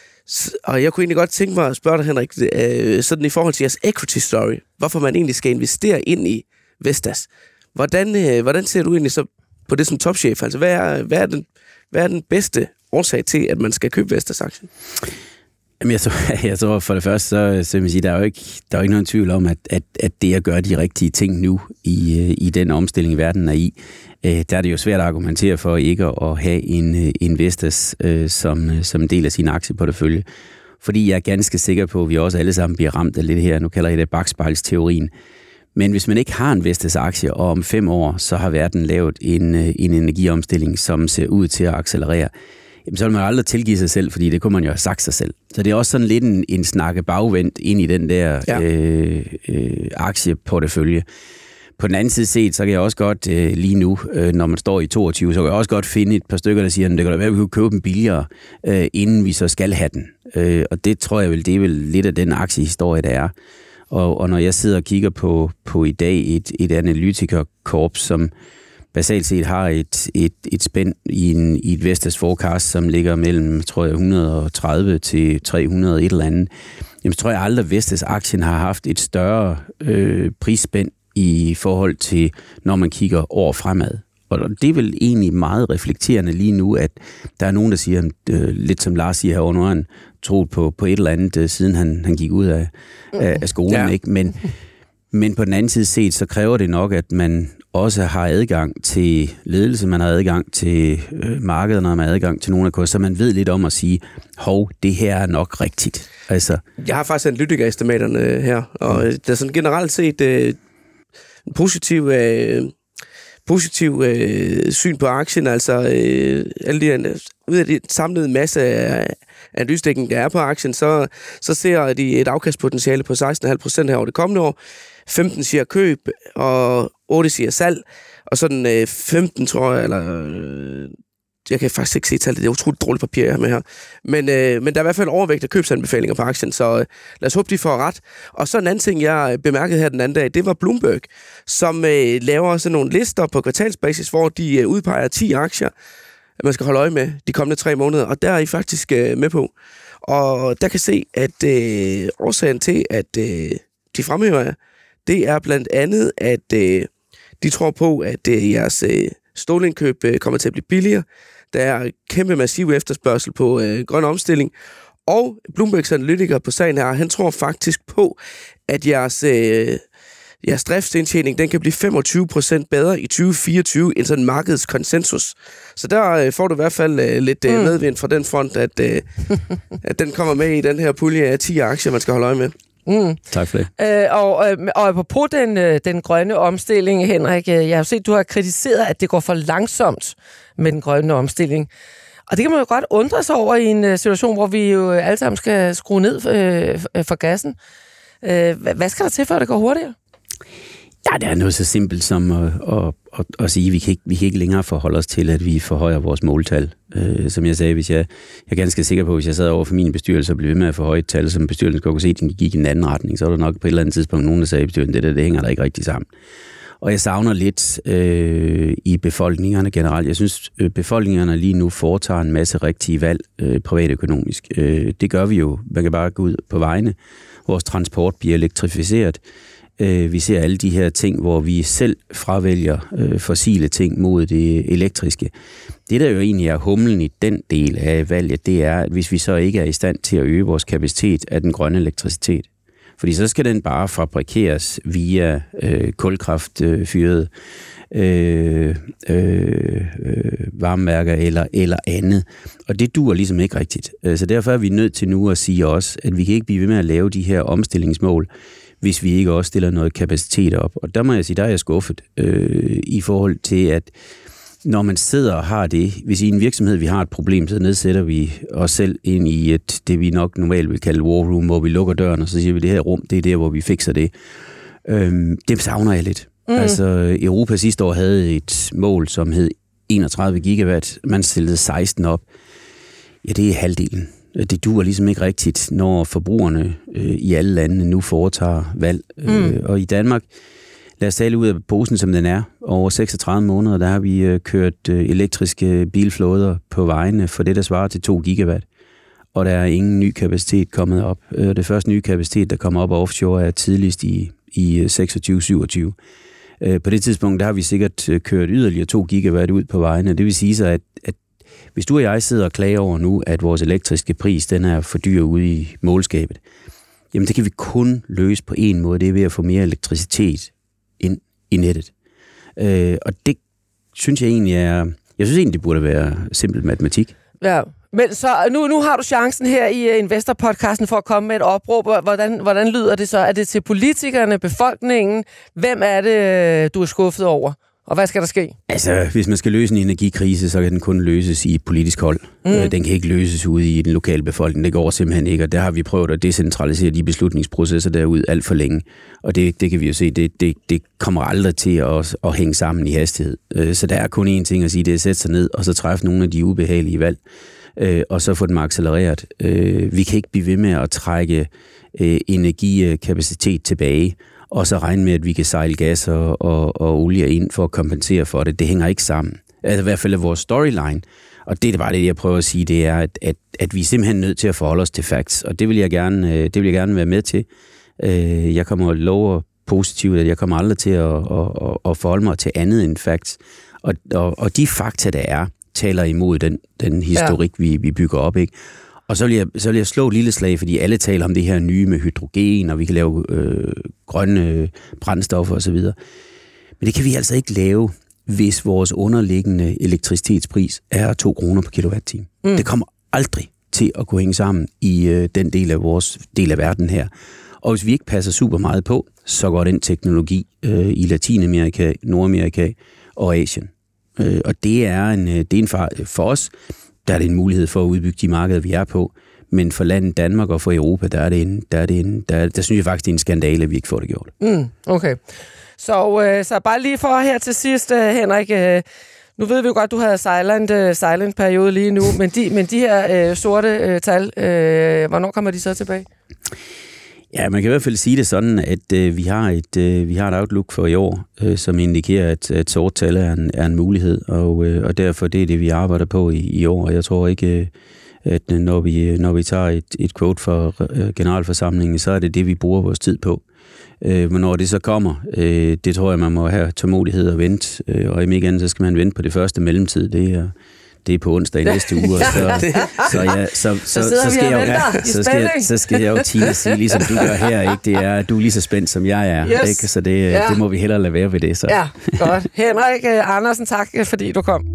D: Og jeg kunne egentlig godt tænke mig at spørge dig, Henrik, øh, sådan i forhold til jeres equity story, hvorfor man egentlig skal investere ind i Vestas. Hvordan, øh, hvordan ser du egentlig så på det som topchef? Altså, hvad er, hvad er, den, hvad er den bedste årsag til, at man skal købe Vestas-aktien?
B: Jamen, jeg tror, jeg tror for det første, så, så man sige, der er jo ikke, der er jo ikke nogen tvivl om, at, at, at det at gøre de rigtige ting nu i, i den omstilling, verden er i, øh, der er det jo svært at argumentere for ikke at have en, en Vestas øh, som, som en del af sin aktieportefølje. Fordi jeg er ganske sikker på, at vi også alle sammen bliver ramt af lidt her, nu kalder jeg det bakspejlsteorien. Men hvis man ikke har en Vestas-aktie, og om fem år, så har verden lavet en, en energiomstilling, som ser ud til at accelerere, jamen, så vil man aldrig tilgive sig selv, fordi det kunne man jo have sagt sig selv. Så det er også sådan lidt en, en snakke bagvendt ind i den der ja. øh, øh, aktieportefølje. På den anden side set, så kan jeg også godt øh, lige nu, øh, når man står i toogtyve, så kan jeg også godt finde et par stykker, der siger, at det kan da være, at vi kunne købe dem billigere, øh, inden vi så skal have den. Øh, og det tror jeg vel, det er vel lidt af den aktiehistorie, der er. Og, og når jeg sidder og kigger på, på i dag et, et analytikerkorps, som basalt set har et, et, et spænd i, en, i et Vestas forecast, som ligger mellem, tror jeg, et hundrede og tredive til tre hundrede et eller andet, jamen, så tror jeg aldrig, at Vestas-aktien har haft et større øh, prisspænd i forhold til, når man kigger år fremad. Og det er vel egentlig meget reflekterende lige nu, at der er nogen, der siger, øh, lidt som Lars siger herovre, nu har han troet på, på et eller andet, øh, siden han, han gik ud af, af, af skolen. Ja. Ikke? Men, men på den anden side set, så kræver det nok, at man også har adgang til ledelse, man har adgang til øh, markedet, når man har adgang til nogle af kurser, så man ved lidt om at sige, hov, det her er nok rigtigt. Altså. Jeg
D: har faktisk analytikerestimaterne her, og mm. der er sådan generelt set øh, en positiv... Øh, positiv øh, syn på aktien, altså øh, alle de, ud af det samlede masse af analysdækning, der er på aktien, så, så ser de et afkastpotentiale på seksten komma fem procent her over det kommende år. femten siger køb, og otte siger salg, og sådan øh, femten, tror jeg, eller... Øh, jeg kan faktisk ikke se tallet, det er utroligt dårligt papir, jeg har med her. Men, øh, men der er i hvert fald overvægt af købsanbefalinger på aktien, så øh, lad os håbe, de får ret. Og så en anden ting, jeg bemærkede her den anden dag, det var Bloomberg, som øh, laver sådan nogle lister på kvartalsbasis, hvor de øh, udpeger ti aktier, at man skal holde øje med de kommende tre måneder, og der er I faktisk øh, med på. Og der kan se, at øh, årsagen til, at øh, de fremhæver jer, det er blandt andet, at øh, de tror på, at øh, jeres øh, stålindkøb øh, kommer til at blive billigere. Der er kæmpe massiv efterspørgsel på øh, grøn omstilling. Og Bloombergs analytiker på sagen her, han tror faktisk på, at jeres, øh, jeres driftsindtjening, den kan blive femogtyve procent bedre i tyve fireogtyve end sådan markedets konsensus. Så der øh, får du i hvert fald øh, lidt øh, medvind fra den front, at, øh, at den kommer med i den her pulje af ti aktier, man skal holde øje med.
A: Mm.
B: Tak for det.
A: Øh, og, og apropos den, den grønne omstilling, Henrik, jeg har set, du har kritiseret, at det går for langsomt med den grønne omstilling. Og det kan man jo godt undre sig over i en situation, hvor vi jo alle sammen skal skrue ned øh, for gassen. Øh, hvad skal der til, for at det går hurtigere?
B: Ja, det er noget så simpelt som at, at, at, at sige, at vi kan, ikke, vi kan ikke længere forholde os til, at vi forhøjer vores måltal. Øh, som jeg sagde, hvis jeg, jeg er ganske sikker på, at hvis jeg sad over for min bestyrelse og blev ved med at forhøje et tal, som bestyrelsen kunne se, at den gik i en anden retning, så var der nok på et eller andet tidspunkt nogen, der sagde, at det der, det hænger der ikke rigtig sammen. Og jeg savner lidt øh, i befolkningerne generelt. Jeg synes, øh, befolkningerne lige nu foretager en masse rigtige valg øh, privatøkonomisk. Øh, det gør vi jo. Man kan bare gå ud på vejene. Vores transport bliver elektrificeret. Øh, vi ser alle de her ting, hvor vi selv fravælger øh, fossile ting mod det elektriske. Det, der jo egentlig er humlen i den del af valget, det er, at hvis vi så ikke er i stand til at øge vores kapacitet af den grønne elektricitet, fordi så skal den bare fabrikeres via øh, kulkraftfyrede øh, øh, øh, varmeværker eller, eller andet. Og det duer ligesom ikke rigtigt. Så derfor er vi nødt til nu at sige også, at vi kan ikke blive ved med at lave de her omstillingsmål, hvis vi ikke også stiller noget kapacitet op. Og der må jeg sige, der er jeg skuffet øh, i forhold til, at når man sidder og har det, hvis i en virksomhed vi har et problem, så nedsætter vi os selv ind i et, det vi nok normalt vil kalde war room, hvor vi lukker døren, og så siger vi, det her rum, det er der, hvor vi fikser det. Øhm, det savner jeg lidt. Mm. Altså, Europa sidste år havde et mål, som hed enogtredive gigawatt. Man stillede seksten op. Ja, det er halvdelen. Det duer ligesom ikke rigtigt, når forbrugerne øh, i alle lande nu foretager valg. Mm. Øh, og i Danmark, lad os tale ud af posen, som den er. Over seksogtredive måneder, der har vi øh, kørt øh, elektriske bilflåder på vejene for det, der svarer til to gigawatt. Og der er ingen ny kapacitet kommet op. Øh, det første nye kapacitet, der kommer op offshore, er tidligst i, i seksogtyve syvogtyve. Øh, på det tidspunkt, der har vi sikkert øh, kørt yderligere to gigawatt ud på vejene. Det vil sige så, at, at hvis du og jeg sidder og klager over nu, at vores elektriske pris, den er for dyr ude i målskabet, jamen det kan vi kun løse på en måde, det er ved at få mere elektricitet ind i nettet. Øh, og det synes jeg egentlig er, jeg synes egentlig, det burde være simpel matematik.
A: Ja, men så nu, nu har du chancen her i Investor-podcasten for at komme med et opråb. Hvordan, hvordan lyder det så? Er det til politikerne, befolkningen? Hvem er det, du er skuffet over? Og hvad skal der ske? Altså,
B: hvis man skal løse en energikrise, så kan den kun løses i et politisk hold. Mm. Den kan ikke løses ude i den lokale befolkning. Det går simpelthen ikke, og der har vi prøvet at decentralisere de beslutningsprocesser derude alt for længe. Og det, det kan vi jo se, det, det, det kommer aldrig til at, at hænge sammen i hastighed. Så der er kun én ting at sige, det er at sætte sig ned og så træffe nogle af de ubehagelige valg, og så få dem accelereret. Vi kan ikke blive ved med at trække energikapacitet tilbage, og så regne med, at vi kan sejle gas og, og, og olie ind for at kompensere for det. Det hænger ikke sammen. Altså i hvert fald er vores storyline. Og det er bare det, jeg prøver at sige, det er, at, at, at vi er simpelthen nødt til at forholde os til facts. Og det vil jeg gerne, det vil jeg gerne være med til. Jeg kommer og lover positivt, at jeg kommer aldrig til at, at, at forholde mig til andet end facts. Og, og, og de fakta, der er, taler imod den, den historik, ja. vi, vi bygger op, ikke? Og så vil, jeg, så vil jeg slå et lille slag, fordi alle taler om det her nye med hydrogen, og vi kan lave øh, grønne brændstoffer osv. Men det kan vi altså ikke lave, hvis vores underliggende elektricitetspris er to kroner per kilowatt-time. Mm. Det kommer aldrig til at kunne hænge sammen i øh, den del af vores del af verden her. Og hvis vi ikke passer super meget på, så går den teknologi øh, i Latinamerika, Nordamerika og Asien. Øh, og det er en, det er en far, for os, der er det en mulighed for at udbygge de markeder, vi er på. Men for landet Danmark og for Europa, der er det en, der er det en, der, der synes jeg faktisk, det er en skandale, at vi ikke får det gjort.
A: Mm, okay. Så, øh, så bare lige for her til sidst, øh, Henrik. Øh, nu ved vi jo godt, at du havde silent, øh, silent periode lige nu, men de, men de her øh, sorte øh, tal, øh, hvornår kommer de så tilbage?
B: Ja, man kan i hvert fald sige det sådan, at øh, vi, har et, øh, vi har et outlook for i år, øh, som indikerer, at, at sort tal er en, er en mulighed, og, øh, og derfor det er det, vi arbejder på i, i år. Og jeg tror ikke, øh, at når vi, når vi tager et, et quote for øh, generalforsamlingen, så er det det, vi bruger vores tid på. Øh, men når det så kommer, øh, det tror jeg, man må have tålmodighed og vente, øh, og i mig igen, så skal man vente på det første mellemtid, det er... Det er på onsdag i næste uge, og så, så, ja, så, så, så, så, skal jeg jo, ja, så, skal jeg, så skal jeg jo Tina sige, ligesom du gør her, ikke? Det er, du er lige så spændt, som jeg er, yes. Ikke? Så det, ja. det må vi hellere lade være ved det. Så.
A: Ja, godt. Henrik uh, Andersen, tak fordi du kom.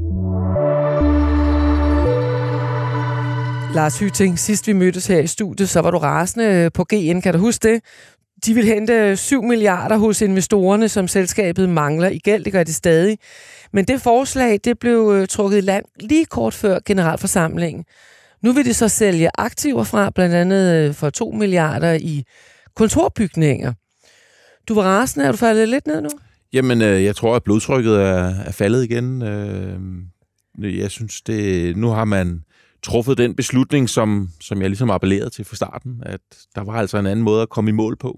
A: Lars Hytting, sidst vi mødtes her i studiet, så var du rasende på G N, kan du huske det? De vil hente syv milliarder hos investorerne, som selskabet mangler i gæld. Det gør det stadig. Men det forslag, det blev trukket i land lige kort før generalforsamlingen. Nu vil de så sælge aktiver fra, blandt andet for to milliarder i kontorbygninger. Du var rasende. Er du faldet lidt ned nu?
C: Jamen, øh, jeg tror, at blodtrykket er, er faldet igen. Øh, jeg synes, det nu har man truffet den beslutning, som, som jeg ligesom appellerede til fra starten, at der var altså en anden måde at komme i mål på.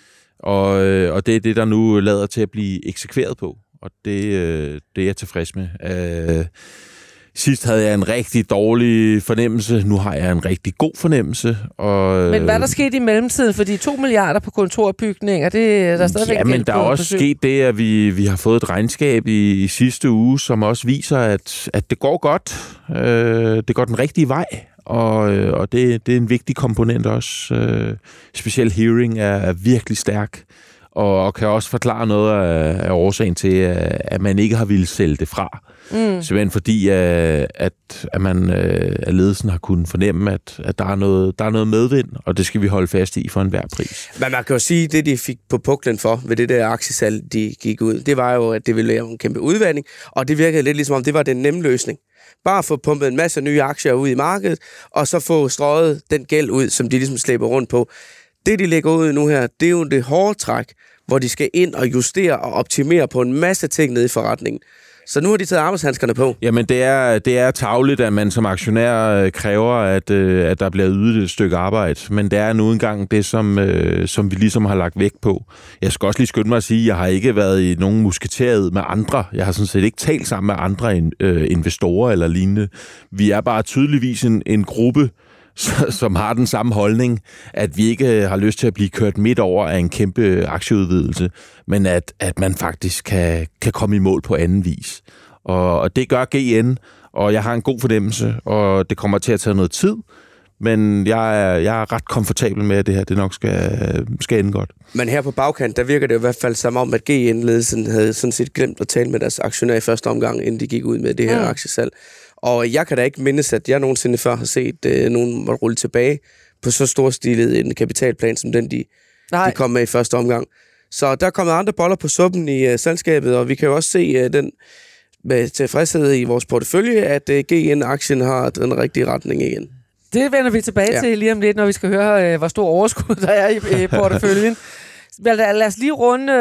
C: Og, øh, og det er det, der nu lader til at blive eksekveret på. Og det, øh, det er jeg tilfreds med. Øh, Sidst havde jeg en rigtig dårlig fornemmelse. Nu har jeg en rigtig god fornemmelse. Og,
A: men hvad er der sket i mellemtiden? Fordi to milliarder på kontorbygninger, det er der stadigvæk
C: ja, men der er også besøg. Sket det, at vi, vi har fået et regnskab i, i sidste uge, som også viser, at, at det går godt. Øh, det går den rigtige vej. Og, og det, det er en vigtig komponent også. Øh, specielt hearing er, er virkelig stærk. Og, og kan også forklare noget af, af årsagen til, at man ikke har ville sælge det fra. Mm. Simpelthen fordi, at, at, at man at ledelsen har kunnet fornemme, at, at der, er noget, der er noget medvind, og det skal vi holde fast i for enhver pris.
D: Men man kan jo sige, at det, de fik på puklen for ved det der aktiesalg, de gik ud, det var jo, at det ville lave en kæmpe udvandring, og det virkede lidt ligesom om, det var den nemme løsning. Bare få pumpet en masse nye aktier ud i markedet, og så få strøget den gæld ud, som de ligesom slæber rundt på. Det, de lægger ud nu her, det er jo det hårde træk, hvor de skal ind og justere og optimere på en masse ting nede i forretningen. Så nu har de taget arbejdshandskerne på.
C: Jamen, det er, det er tarveligt, at man som aktionær kræver, at, at der bliver ydet et stykke arbejde. Men det er nu engang det, som, som vi ligesom har lagt vægt på. Jeg skal også lige skynde mig at sige, at jeg har ikke været i nogen musketeret med andre. Jeg har sådan set ikke talt sammen med andre investorer eller lignende. Vi er bare tydeligvis en, en gruppe, som har den samme holdning, at vi ikke har lyst til at blive kørt midt over af en kæmpe aktieudvidelse, men at, at man faktisk kan, kan komme i mål på anden vis. Og, og det gør G N, og jeg har en god fornemmelse, og det kommer til at tage noget tid, men jeg er, jeg er ret komfortabel med, at det her det nok skal, skal ende godt.
D: Men her på bagkant, der virker det i hvert fald som om, at G N-ledelsen havde sådan set glemt at tale med deres aktionærer i første omgang, inden de gik ud med det her ja. aktiesalg. Og jeg kan da ikke mindes, at jeg nogensinde før har set øh, nogen rulle tilbage på så storstilet en kapitalplan, som den, de, de kom med i første omgang. Så der er kommet andre boller på suppen i øh, selskabet, og vi kan jo også se øh, den med tilfredshed i vores portefølje, at øh, G N-aktien har den rigtige retning igen.
A: Det vender vi tilbage ja. til lige om lidt, når vi skal høre, øh, hvor stor overskud der er i, i porteføljen. Lad os lige runde.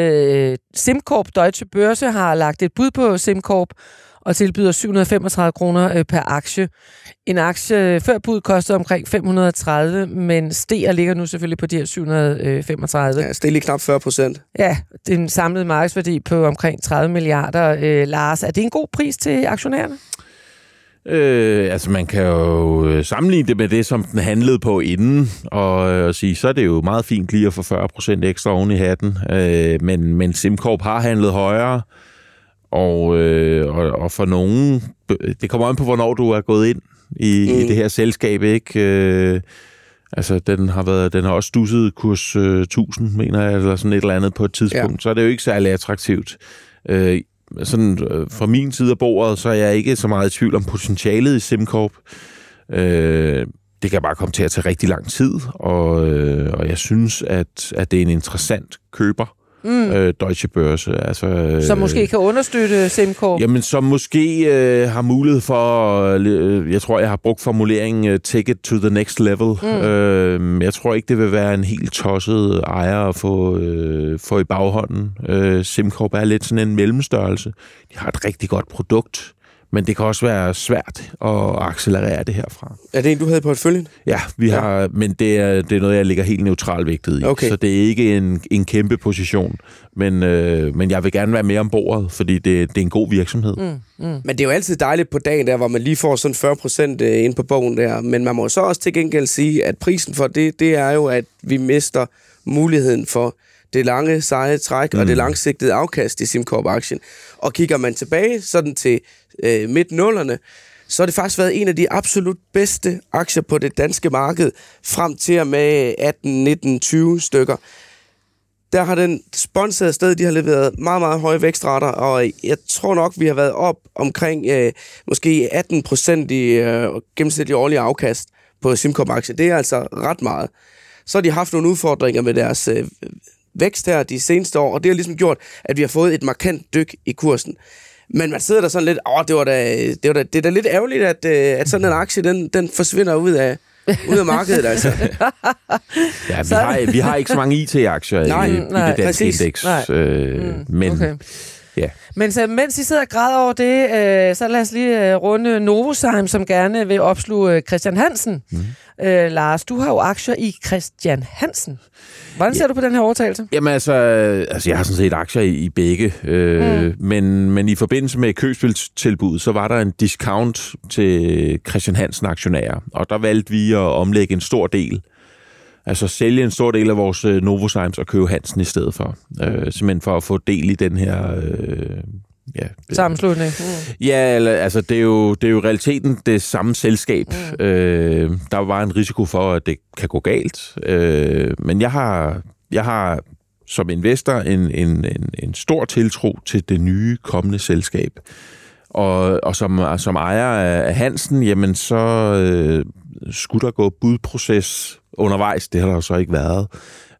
A: Øh, SimCorp Deutsche Börse har lagt et bud på SimCorp, og tilbyder syv hundrede og femogtredive kroner per aktie. En aktie før bud kostede omkring fem hundrede og tredive, men steg og ligger nu selvfølgelig på de her syv hundrede og femogtredive.
D: Ja, steg lige knap fyrre procent.
A: Ja, det er en samlet markedsværdi på omkring tredive milliarder. Øh, Lars, er det en god pris til aktionærerne?
C: Øh, altså man kan jo sammenligne det med det, som den handlede på inden, og, og sige, så er det jo meget fint lige at få fyrre procent ekstra oven i hatten. Øh, men, men SimCorp har handlet højere, Og, øh, og, og for nogen, det kommer an på, hvornår du er gået ind i, mm. i det her selskab, ikke? Øh, altså, den har, været, den har også stusset kurs øh, tusind, mener jeg, eller sådan et eller andet på et tidspunkt, ja. Så er det jo ikke særlig attraktivt. Øh, sådan, øh, fra min side af bordet, så er jeg ikke så meget i tvivl om potentialet i SimCorp. Øh, det kan bare komme til at tage rigtig lang tid, og, øh, og jeg synes, at, at det er en interessant køber. Mm. Øh, Deutsche Börse. Altså, øh,
A: som måske kan understøtte SimCorp?
C: Jamen, som måske øh, har mulighed for, øh, jeg tror, jeg har brugt formuleringen uh, take it to the next level. Mm. Øh, jeg tror ikke, det vil være en helt tosset ejer at få, øh, få i baghånden. Øh, SimCorp er lidt sådan en mellemstørrelse. De har et rigtig godt produkt, men det kan også være svært at accelerere det herfra.
D: Er det en, du havde på porteføljen?
C: Ja, vi ja. har, men det er, det er noget, jeg ligger helt neutralt vægtet i. Okay. Så det er ikke en, en kæmpe position, men, øh, men jeg vil gerne være mere om bordet, fordi det, det er en god virksomhed. Mm,
D: mm. Men det er jo altid dejligt på dagen der, hvor man lige får sådan fyrre procent ind på bogen der, men man må så også til gengæld sige, at prisen for det, det er jo, at vi mister muligheden for det lange, seje træk mm. og det langsigtede afkast i SimCorp-aktien. Og kigger man tilbage sådan til øh, midt-nullerne, så har det faktisk været en af de absolut bedste aktier på det danske marked frem til og med atten, nitten, tyve stykker. Der har den sponsoreret sted, de har leveret meget, meget høje vækstrater, og jeg tror nok, vi har været op omkring øh, måske atten procent i øh, gennemsnitlig årlig afkast på SimCorp-aktien. Det er altså ret meget. Så har de haft nogle udfordringer med deres øh, vækst her de seneste år, og det har ligesom gjort, at vi har fået et markant dyk i kursen. Men man sidder der sådan lidt, åh, det var da, det var da, det er da lidt ærgerligt, at, at sådan en aktie, den, den forsvinder ud af, ud af markedet, altså.
C: Ja, vi har, vi har ikke så mange I T-aktier i,
D: nej,
C: i
D: nej,
C: det danske
D: præcis.
C: indeks.
A: Nej.
C: Øh,
A: Mm,
C: men
A: okay.
C: ja.
A: Men så, mens I sidder og græder over det, øh, så lad os lige øh, runde Novozymes, som gerne vil opsluge øh, Christian Hansen. Mm. Øh, Lars, du har jo aktier i Christian Hansen. Hvordan ser ja. du på den her overtagelse?
C: Jamen altså, altså, jeg har sådan set aktier i, i begge, øh, mm. men, men i forbindelse med købstilbuddet, så var der en discount til Christian Hansen-aktionærer, og der valgte vi at omlægge en stor del, altså sælge en stor del af vores øh, Novozymes og købe Hansen i stedet for. Øh, simpelthen for at få del i den her... Øh, ja,
A: Sammenslutning. Mm.
C: Ja, altså det er, jo, det er jo realiteten det samme selskab. Mm. Øh, der var en risiko for, at det kan gå galt. Øh, men jeg har, jeg har som investor en, en, en, en stor tiltro til det nye kommende selskab. Og, og som, som ejer af Hansen, jamen så øh, skulle der gå budproces undervejs. Det har der jo så ikke været.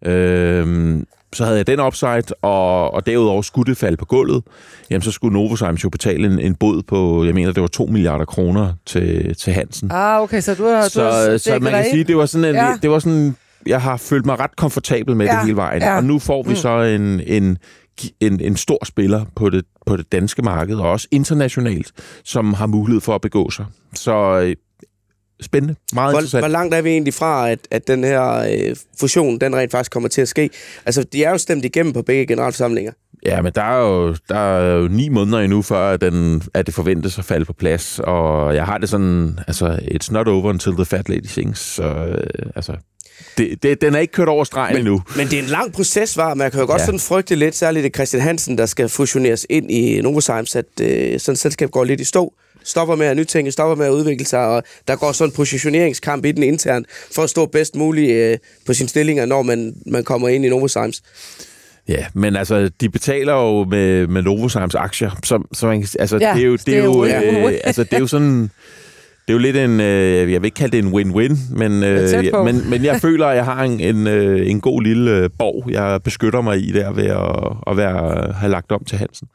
C: Øh, så havde jeg den upside, og, og derudover skulle det falde på gulvet, jamen så skulle Novozymes jo betale en, en bod på, jeg mener, det var to milliarder kroner til, til Hansen.
A: Ah, okay, så du har...
C: Så,
A: du har
C: så man kan sige, det var sådan en,
A: ja.
C: det var sådan, jeg har følt mig ret komfortabel med ja. det hele vejen, ja. og nu får vi mm. så en, en, en, en stor spiller på det, på det danske marked, og også internationalt, som har mulighed for at begå sig. Så... Spændende. Meget
D: hvor,
C: interessant.
D: Hvor langt er vi egentlig fra, at, at den her øh, fusion, den rent faktisk kommer til at ske? Altså, de er jo stemt igennem på begge generalforsamlinger.
C: Ja, men der er jo, der er jo ni måneder endnu, før at, den, at det forventes at falde på plads. Og jeg har det sådan, altså, it's not over until the fat lady sings. Så, øh, altså, det, det, den er ikke kørt over stregen
D: men,
C: endnu.
D: Men det er en lang proces, var. Man kan jo godt
C: ja.
D: sådan frygte lidt, særligt det Christian Hansen, der skal fusioneres ind i Novozymes, at øh, sådan et selskab går lidt i stå. Stopper med at nytænke, stopper med at udvikle sig, og der går sådan en positioneringskamp i den intern for at stå bedst muligt øh, på sine stillinger, når man, man kommer ind i Novozymes.
C: Ja, men altså, de betaler jo med, med Novozymes aktier, så, så man, altså,
A: ja,
C: det er jo, det er jo,
A: det
C: øh, altså, det er jo sådan, det er jo lidt en, øh, jeg vil ikke kalde det en win-win, men, øh, ja, men, men jeg føler, at jeg har en, en, øh, en god lille øh, borg, jeg beskytter mig i der ved at, at være, have lagt om til Hansen.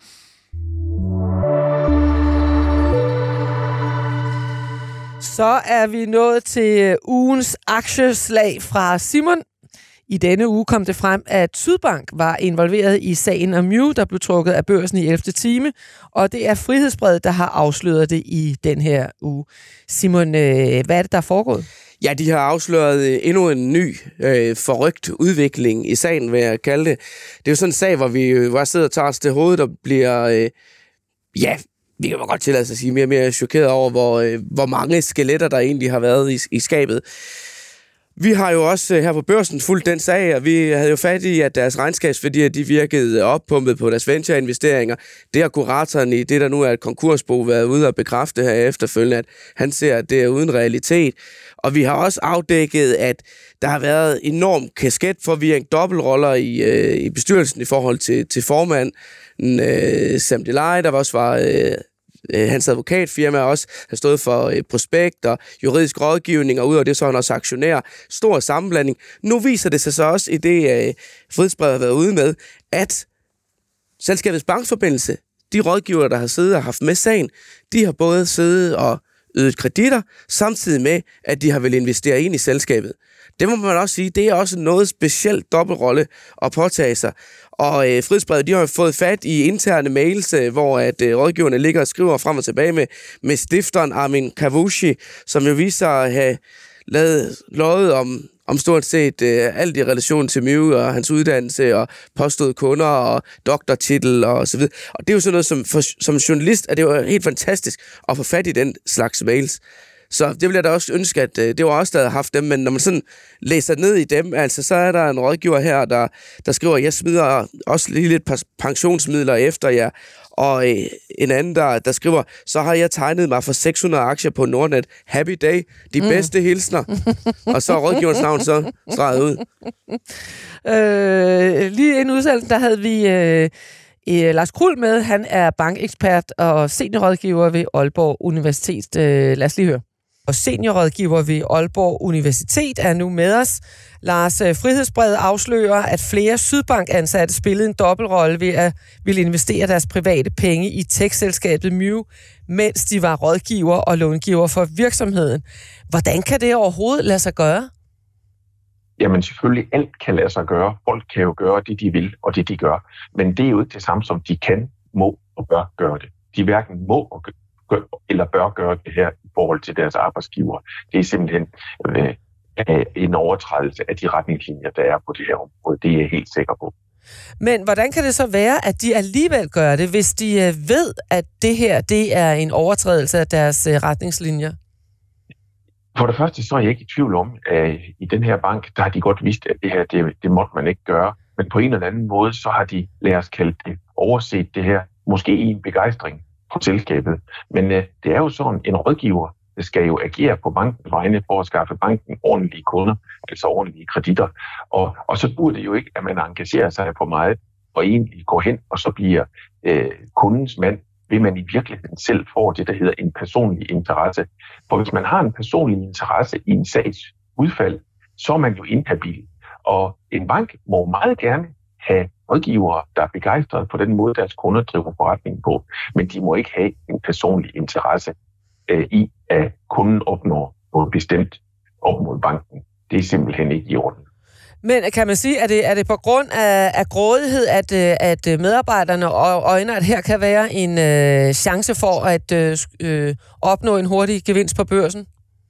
A: Så er vi nået til ugens aktieslag fra Simon. I denne uge kom det frem, at Sydbank var involveret i sagen om Mew, der blev trukket af børsen i ellevte time, og det er Frihedsbrevet, der har afsløret det i den her uge. Simon, hvad er det, der er foregået?
D: Ja, de har afsløret endnu en ny øh, forrygt udvikling i sagen, vil jeg kalde det. Det er jo sådan en sag, hvor vi bare sidder og tager os til hovedet og bliver... Øh, ja... Vi kan godt tillade sig at sige mere og mere chokeret over, hvor, øh, hvor mange skeletter, der egentlig har været i, i skabet. Vi har jo også øh, her på børsen fulgt den sag, og vi havde jo fat i, at deres regnskabsværdier, de virkede oppumpet på deres ventureinvesteringer. Det har kuratoren i det, der nu er et konkursbo, været ude og bekræfte her efterfølgende, at han ser, at det er uden realitet. Og vi har også afdækket, at der har været enorm kasketforvirring, dobbeltroller i, øh, i bestyrelsen i forhold til, til formanden, øh, Sam Delay, der også var... Øh, Hans advokatfirma også har stået for øh, prospekt og juridisk rådgivning, og ud af det så er han også aktionær. Stor sammenblanding. Nu viser det sig så også i det, øh, Frihedsbrevet har været ude med, at selskabets bankforbindelse, de rådgivere, der har siddet og haft med sagen, de har både siddet og ydet kreditter, samtidig med, at de har vel investere ind i selskabet. Det må man også sige, det er også noget specielt dobbeltrolle at påtage sig. Og øh, Frihedsbrevet, de har fået fat i interne mails, øh, hvor at øh, rådgiverne ligger og skriver frem og tilbage med, med stifteren Armin Kavushi, som jo viser at have lavet løjet om, om stort set øh, alt i relation til Mew og hans uddannelse og påståede kunder og doktortitel og så videre. Og det er jo sådan noget, som, for, som journalist er det jo helt fantastisk at få fat i den slags mails. Så det ville jeg da også ønske, at øh, det var også der havde haft dem, men når man sådan læser ned i dem, altså så er der en rådgiver her, der, der skriver, at jeg smider også lige lidt pensionsmidler efter jer, og øh, en anden, der, der skriver, så har jeg tegnet mig for seks hundrede aktier på Nordnet. Happy day, de mm. bedste hilsner. Og så er rådgiverens navn så streget ud.
A: Øh, lige inden udsendelsen, der havde vi... Øh Lars Krul med, han er bankekspert og seniorrådgiver ved Aalborg Universitet. Lad os lige høre. og seniorrådgiver ved Aalborg Universitet, er nu med os. Lars, Frihedsbrevet afslører, at flere Sydbank-ansatte spillede en dobbeltrolle ved at ville investere deres private penge i tech-selskabet Mew, mens de var rådgiver og långiver for virksomheden. Hvordan kan det overhovedet lade sig gøre?
E: Jamen selvfølgelig, alt kan lade sig gøre. Folk kan jo gøre det, de vil, og det, de gør. Men det er jo ikke det samme, som de kan, må og bør gøre det. De hverken må og gør, eller bør gøre det her i forhold til deres arbejdsgiver. Det er simpelthen øh, en overtrædelse af de retningslinjer, der er på det her område. Det er jeg helt sikker på.
A: Men hvordan kan det så være, at de alligevel gør det, hvis de ved, at det her det er en overtrædelse af deres retningslinjer?
E: For det første, så er jeg ikke i tvivl om, at i den her bank, der har de godt vidst, at det her, det, det måtte man ikke gøre. Men på en eller anden måde, så har de, lad os kalde det, overset det her, måske i en begejstring på selskabet. Men øh, det er jo sådan, en rådgiver, der skal jo agere på bankens vegne for at skaffe banken ordentlige kunder, altså ordentlige kreditter. Og, og så burde det jo ikke, at man engagerer sig for meget, og egentlig går hen, og så bliver øh, kundens mand, ved man i virkeligheden selv får det, der hedder en personlig interesse. For hvis man har en personlig interesse i en sags udfald, så er man jo inhabil. Og en bank må meget gerne have rådgivere, der er begejstrede på den måde, deres kunder driver forretning på. Men de må ikke have en personlig interesse øh, i, at kunden opnår noget bestemt op mod banken. Det er simpelthen ikke i orden.
A: Men kan man sige, at det, er det på grund af, af grådighed, at, at medarbejderne øjner, at her kan være en øh, chance for at øh, opnå en hurtig gevinst på børsen?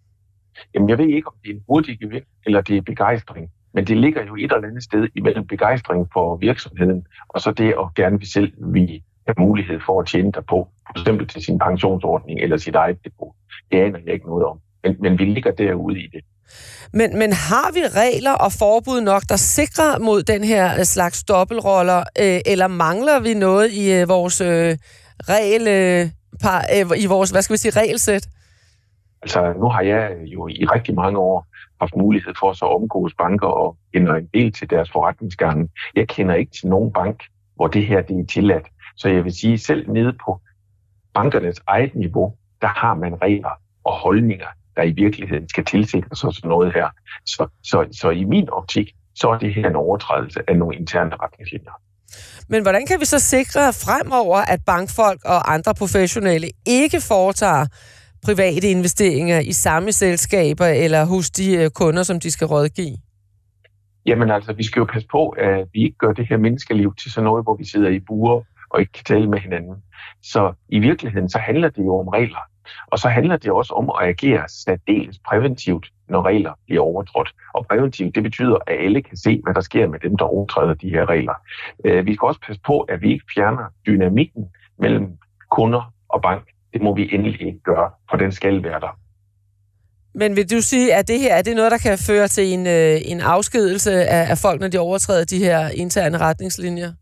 E: Jamen, jeg ved ikke, om det er en hurtig gevinst, eller det er begejstring. Men det ligger jo et eller andet sted imellem begejstring for virksomheden, og så det at gerne vil selv vi have mulighed for at tjene derpå, for eksempel til sin pensionsordning eller sit eget depot. Det aner jeg ikke noget om. Men, men vi ligger derude i det.
A: Men, men har vi regler og forbud nok, der sikrer mod den her slags dobbeltroller, øh, eller mangler vi noget i øh, vores øh, regel, øh, par, øh, i vores, hvad skal vi sige, regelsæt?
E: Altså, nu har jeg jo i rigtig mange år haft mulighed for så at omgås banker og kender en del til deres forretningsgange. Jeg kender ikke til nogen bank, hvor det her det er tilladt. Så jeg vil sige, selv nede på bankernes eget niveau, der har man regler og holdninger, der i virkeligheden skal tilsikre sig sådan noget her. Så, så, så i min optik, så er det her en overtrædelse af nogle interne retningslinjer.
A: Men hvordan kan vi så sikre fremover, at bankfolk og andre professionelle ikke foretager private investeringer i samme selskaber eller hos de kunder, som de skal rådgive?
E: Jamen altså, vi skal jo passe på, at vi ikke gør det her menneskeliv til sådan noget, hvor vi sidder i buer og ikke kan tale med hinanden. Så i virkeligheden, så handler det jo om regler. Og så handler det også om at agere særdeles præventivt, når regler bliver overtrådt. Og præventivt, det betyder, at alle kan se, hvad der sker med dem, der overtræder de her regler. Vi skal også passe på, at vi ikke fjerner dynamikken mellem kunder og bank. Det må vi endelig ikke gøre, for den skal være der.
A: Men vil du sige, at det her er det noget, der kan føre til en, en afskedelse af, af folk, når de overtræder de her interne retningslinjer?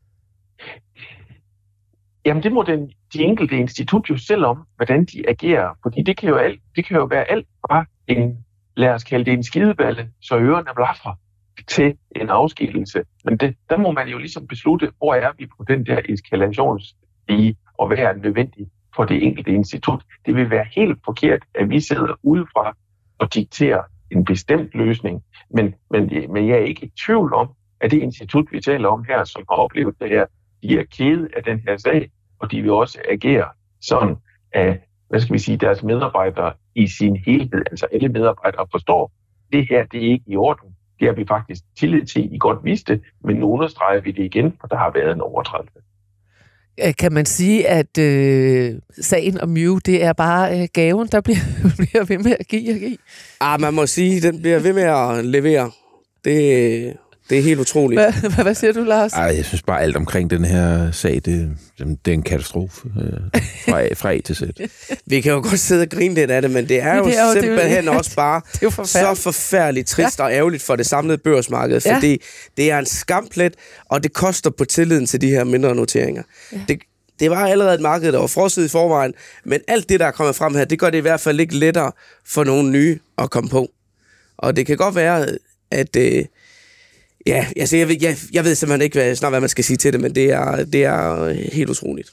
E: Jamen, det må den, de enkelte institut jo selv om, hvordan de agerer. Fordi det kan jo, alt, det kan jo være alt fra en, lad os kalde det en skideballe, så ørerne blaffer, til en afskedelse. Men det, der må man jo ligesom beslutte, hvor er vi på den der eskalationsstige, og hvad er nødvendigt for det enkelte institut. Det vil være helt forkert, at vi sidder udefra og dikterer en bestemt løsning. Men, men, men jeg er ikke i tvivl om, at det institut, vi taler om her, som har oplevet det her, de er kede af den her sag, og de vil også agere sådan, at, hvad skal vi sige, deres medarbejdere i sin helhed, altså alle medarbejdere forstår, det her, det er ikke i orden. Det har vi faktisk tillid til, I godt vidste, men nu understreger vi det igen, for der har været en overtrædelse.
A: Kan man sige, at øh, sagen om Mew, det er bare øh, gaven, der bliver, bliver ved med at give og give?
D: Ah, man må sige, at den bliver ved med at levere. Det, det er helt utroligt.
A: Hvad, hvad, hvad siger du, Lars?
C: Ej, jeg synes bare, alt omkring den her sag, det, det er en katastrofe øh, fra, fra A til Z.
D: Vi kan jo godt sidde og grine lidt af det, men det er, men det er jo, jo simpelthen det, også bare det er forfærdeligt. Så forfærdeligt trist ja. og ærgerligt for det samlede børsmarked, ja. fordi det er en skamplet, og det koster på tilliden til de her mindre noteringer. Ja. Det, det var allerede et marked, der var frosset i forvejen, men alt det, der er kommet frem her, det gør det i hvert fald ikke lettere for nogle nye at komme på. Og det kan godt være, at... Øh, Ja, altså jeg, jeg, jeg ved simpelthen ikke hvad, snart, hvad man skal sige til det, men det er, det er helt utroligt.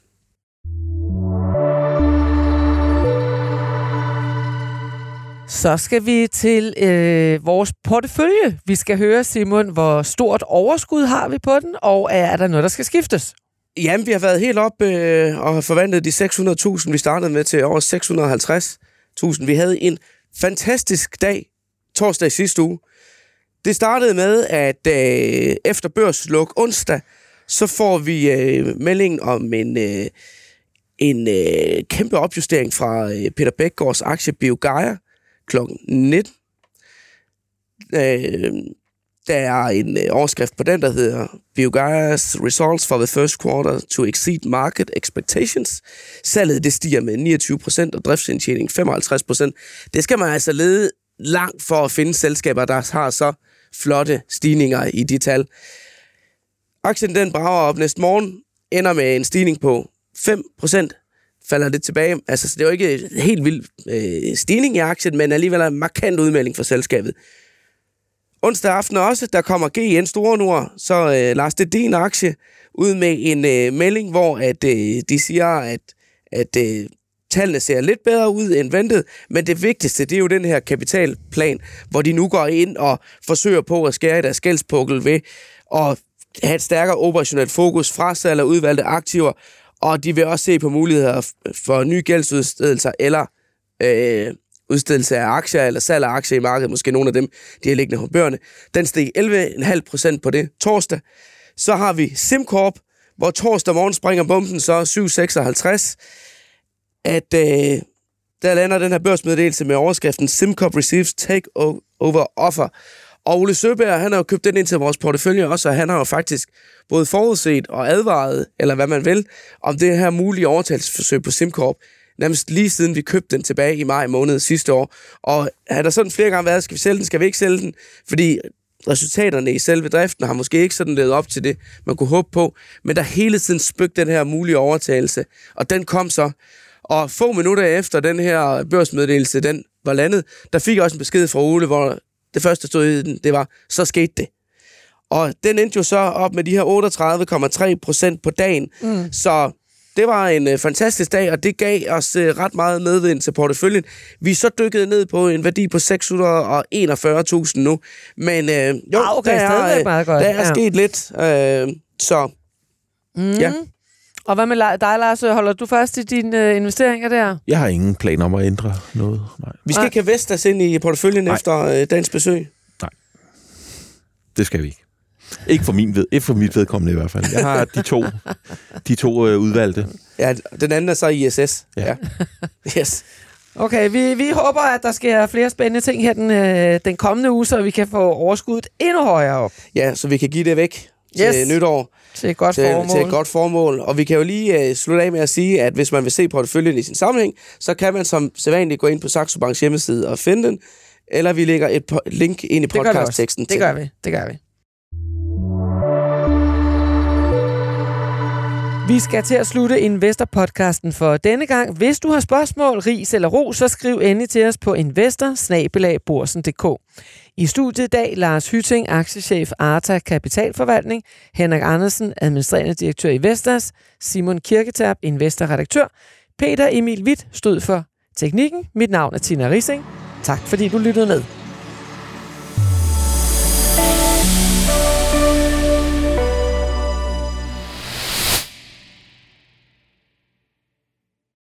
A: Så skal vi til øh, vores portefølje. Vi skal høre, Simon, hvor stort overskud har vi på den, og er der noget, der skal skiftes?
D: Jamen, vi har været helt op øh, og har forvandlet de seks hundrede tusind, vi startede med, til over seks hundrede og halvtreds tusind. Vi havde en fantastisk dag torsdag sidste uge. Det startede med, at øh, efter børsluk onsdag, så får vi øh, meldingen om en, øh, en øh, kæmpe opjustering fra øh, Peter Bækgaards aktie BioGaia klokken nitten. Øh, der er en øh, overskrift på den, der hedder BioGaia's results for the first quarter to exceed market expectations. Salget det stiger med niogtyve procent og driftsindtjening femoghalvtreds procent. Det skal man altså lede langt for at finde selskaber, der har så flotte stigninger i de tal. Aktien den brager op næste morgen, ender med en stigning på fem procent, falder det tilbage. Altså, det er jo ikke en helt vild øh, stigning i aktien, men alligevel en markant udmelding for selskabet. Onsdag aften også, der kommer G N Store Nord, så øh, Lars, det er din aktie, ud med en øh, melding, hvor at, øh, de siger, at, at øh, tallene ser lidt bedre ud end ventet, men det vigtigste, det er jo den her kapitalplan, hvor de nu går ind og forsøger på at skære i deres gældspukkel ved at have et stærkere operationelt fokus fra salg af udvalgte aktiver, og de vil også se på muligheder for nye gældsudstedelser eller øh, udstedelse af aktier eller salg af aktier i markedet, måske nogle af dem, de har liggende på børne. Den steg elleve komma fem procent på det torsdag. Så har vi SimCorp, hvor torsdag morgen springer bomben så syv komma seksoghalvtreds, at øh, der lander den her børsmeddelelse med overskriften SimCorp receives takeover offer. Og Ole Søberg, han har jo købt den ind til vores portefølje også, og han har jo faktisk både forudset og advaret, eller hvad man vil, om det her mulige overtagelsesforsøg på SimCorp, nærmest lige siden vi købte den tilbage i maj måned sidste år. Og han har sådan flere gange været, skal vi sælge den, skal vi ikke sælge den? Fordi resultaterne i selve driften har måske ikke sådan levet op til det, man kunne håbe på, men der hele tiden spøgte den her mulige overtagelse, og den kom så. Og få minutter efter den her børsmeddelelse, den var landet, der fik jeg også en besked fra Ole, hvor det første stod i den, det var, så skete det. Og den endte jo så op med de her otteogtredive komma tre procent på dagen. Mm. Så det var en uh, fantastisk dag, og det gav os uh, ret meget medvind til porteføljen. Vi er så dykket ned på en værdi på seks hundrede og enogfyrre tusind nu. Men uh, jo,
A: ah, okay,
D: der er,
A: meget godt.
D: der er
A: ja.
D: sket lidt. Uh, så
A: mm.
D: ja.
A: Og hvad med dig, Lars? Holder du fast i dine uh, investeringer der?
C: Jeg har ingen planer om at ændre noget. Nej.
D: Vi skal ikke have Vestas ind i porteføljen Nej. efter uh, dagens besøg.
C: Nej, det skal vi ikke. Ikke for, min ved, ikke for mit vedkommende i hvert fald. Jeg har de to, de to øh, udvalgte.
D: Ja, den anden er så I S S.
C: Ja.
D: ja. Yes.
A: Okay, vi, vi håber, at der sker flere spændende ting her den, øh, den kommende uge, så vi kan få overskuddet endnu højere op.
D: Ja, så vi kan give det væk
A: yes.
D: til nytår.
A: Til et godt
D: til,
A: formål.
D: Til et godt formål. Og vi kan jo lige uh, slutte af med at sige, at hvis man vil se porteføljen i sin sammenhæng, så kan man som sædvanligt gå ind på Saxo Banks hjemmeside og finde den, eller vi lægger et link ind i podcastteksten.
A: Det gør vi. Det gør vi. Vi skal til at slutte Investor-podcasten for denne gang. Hvis du har spørgsmål, ris eller ros, så skriv endelig til os på investor bindestreg borsen punktum d k. I studiet i dag Lars Hytting, aktiechef Arta Kapitalforvaltning, Henrik Andersen, administrerende direktør i Vestas, Simon Kirketerp, investorredaktør, Peter Emil Witt stod for teknikken. Mit navn er Tina Rising. Tak fordi du lyttede med.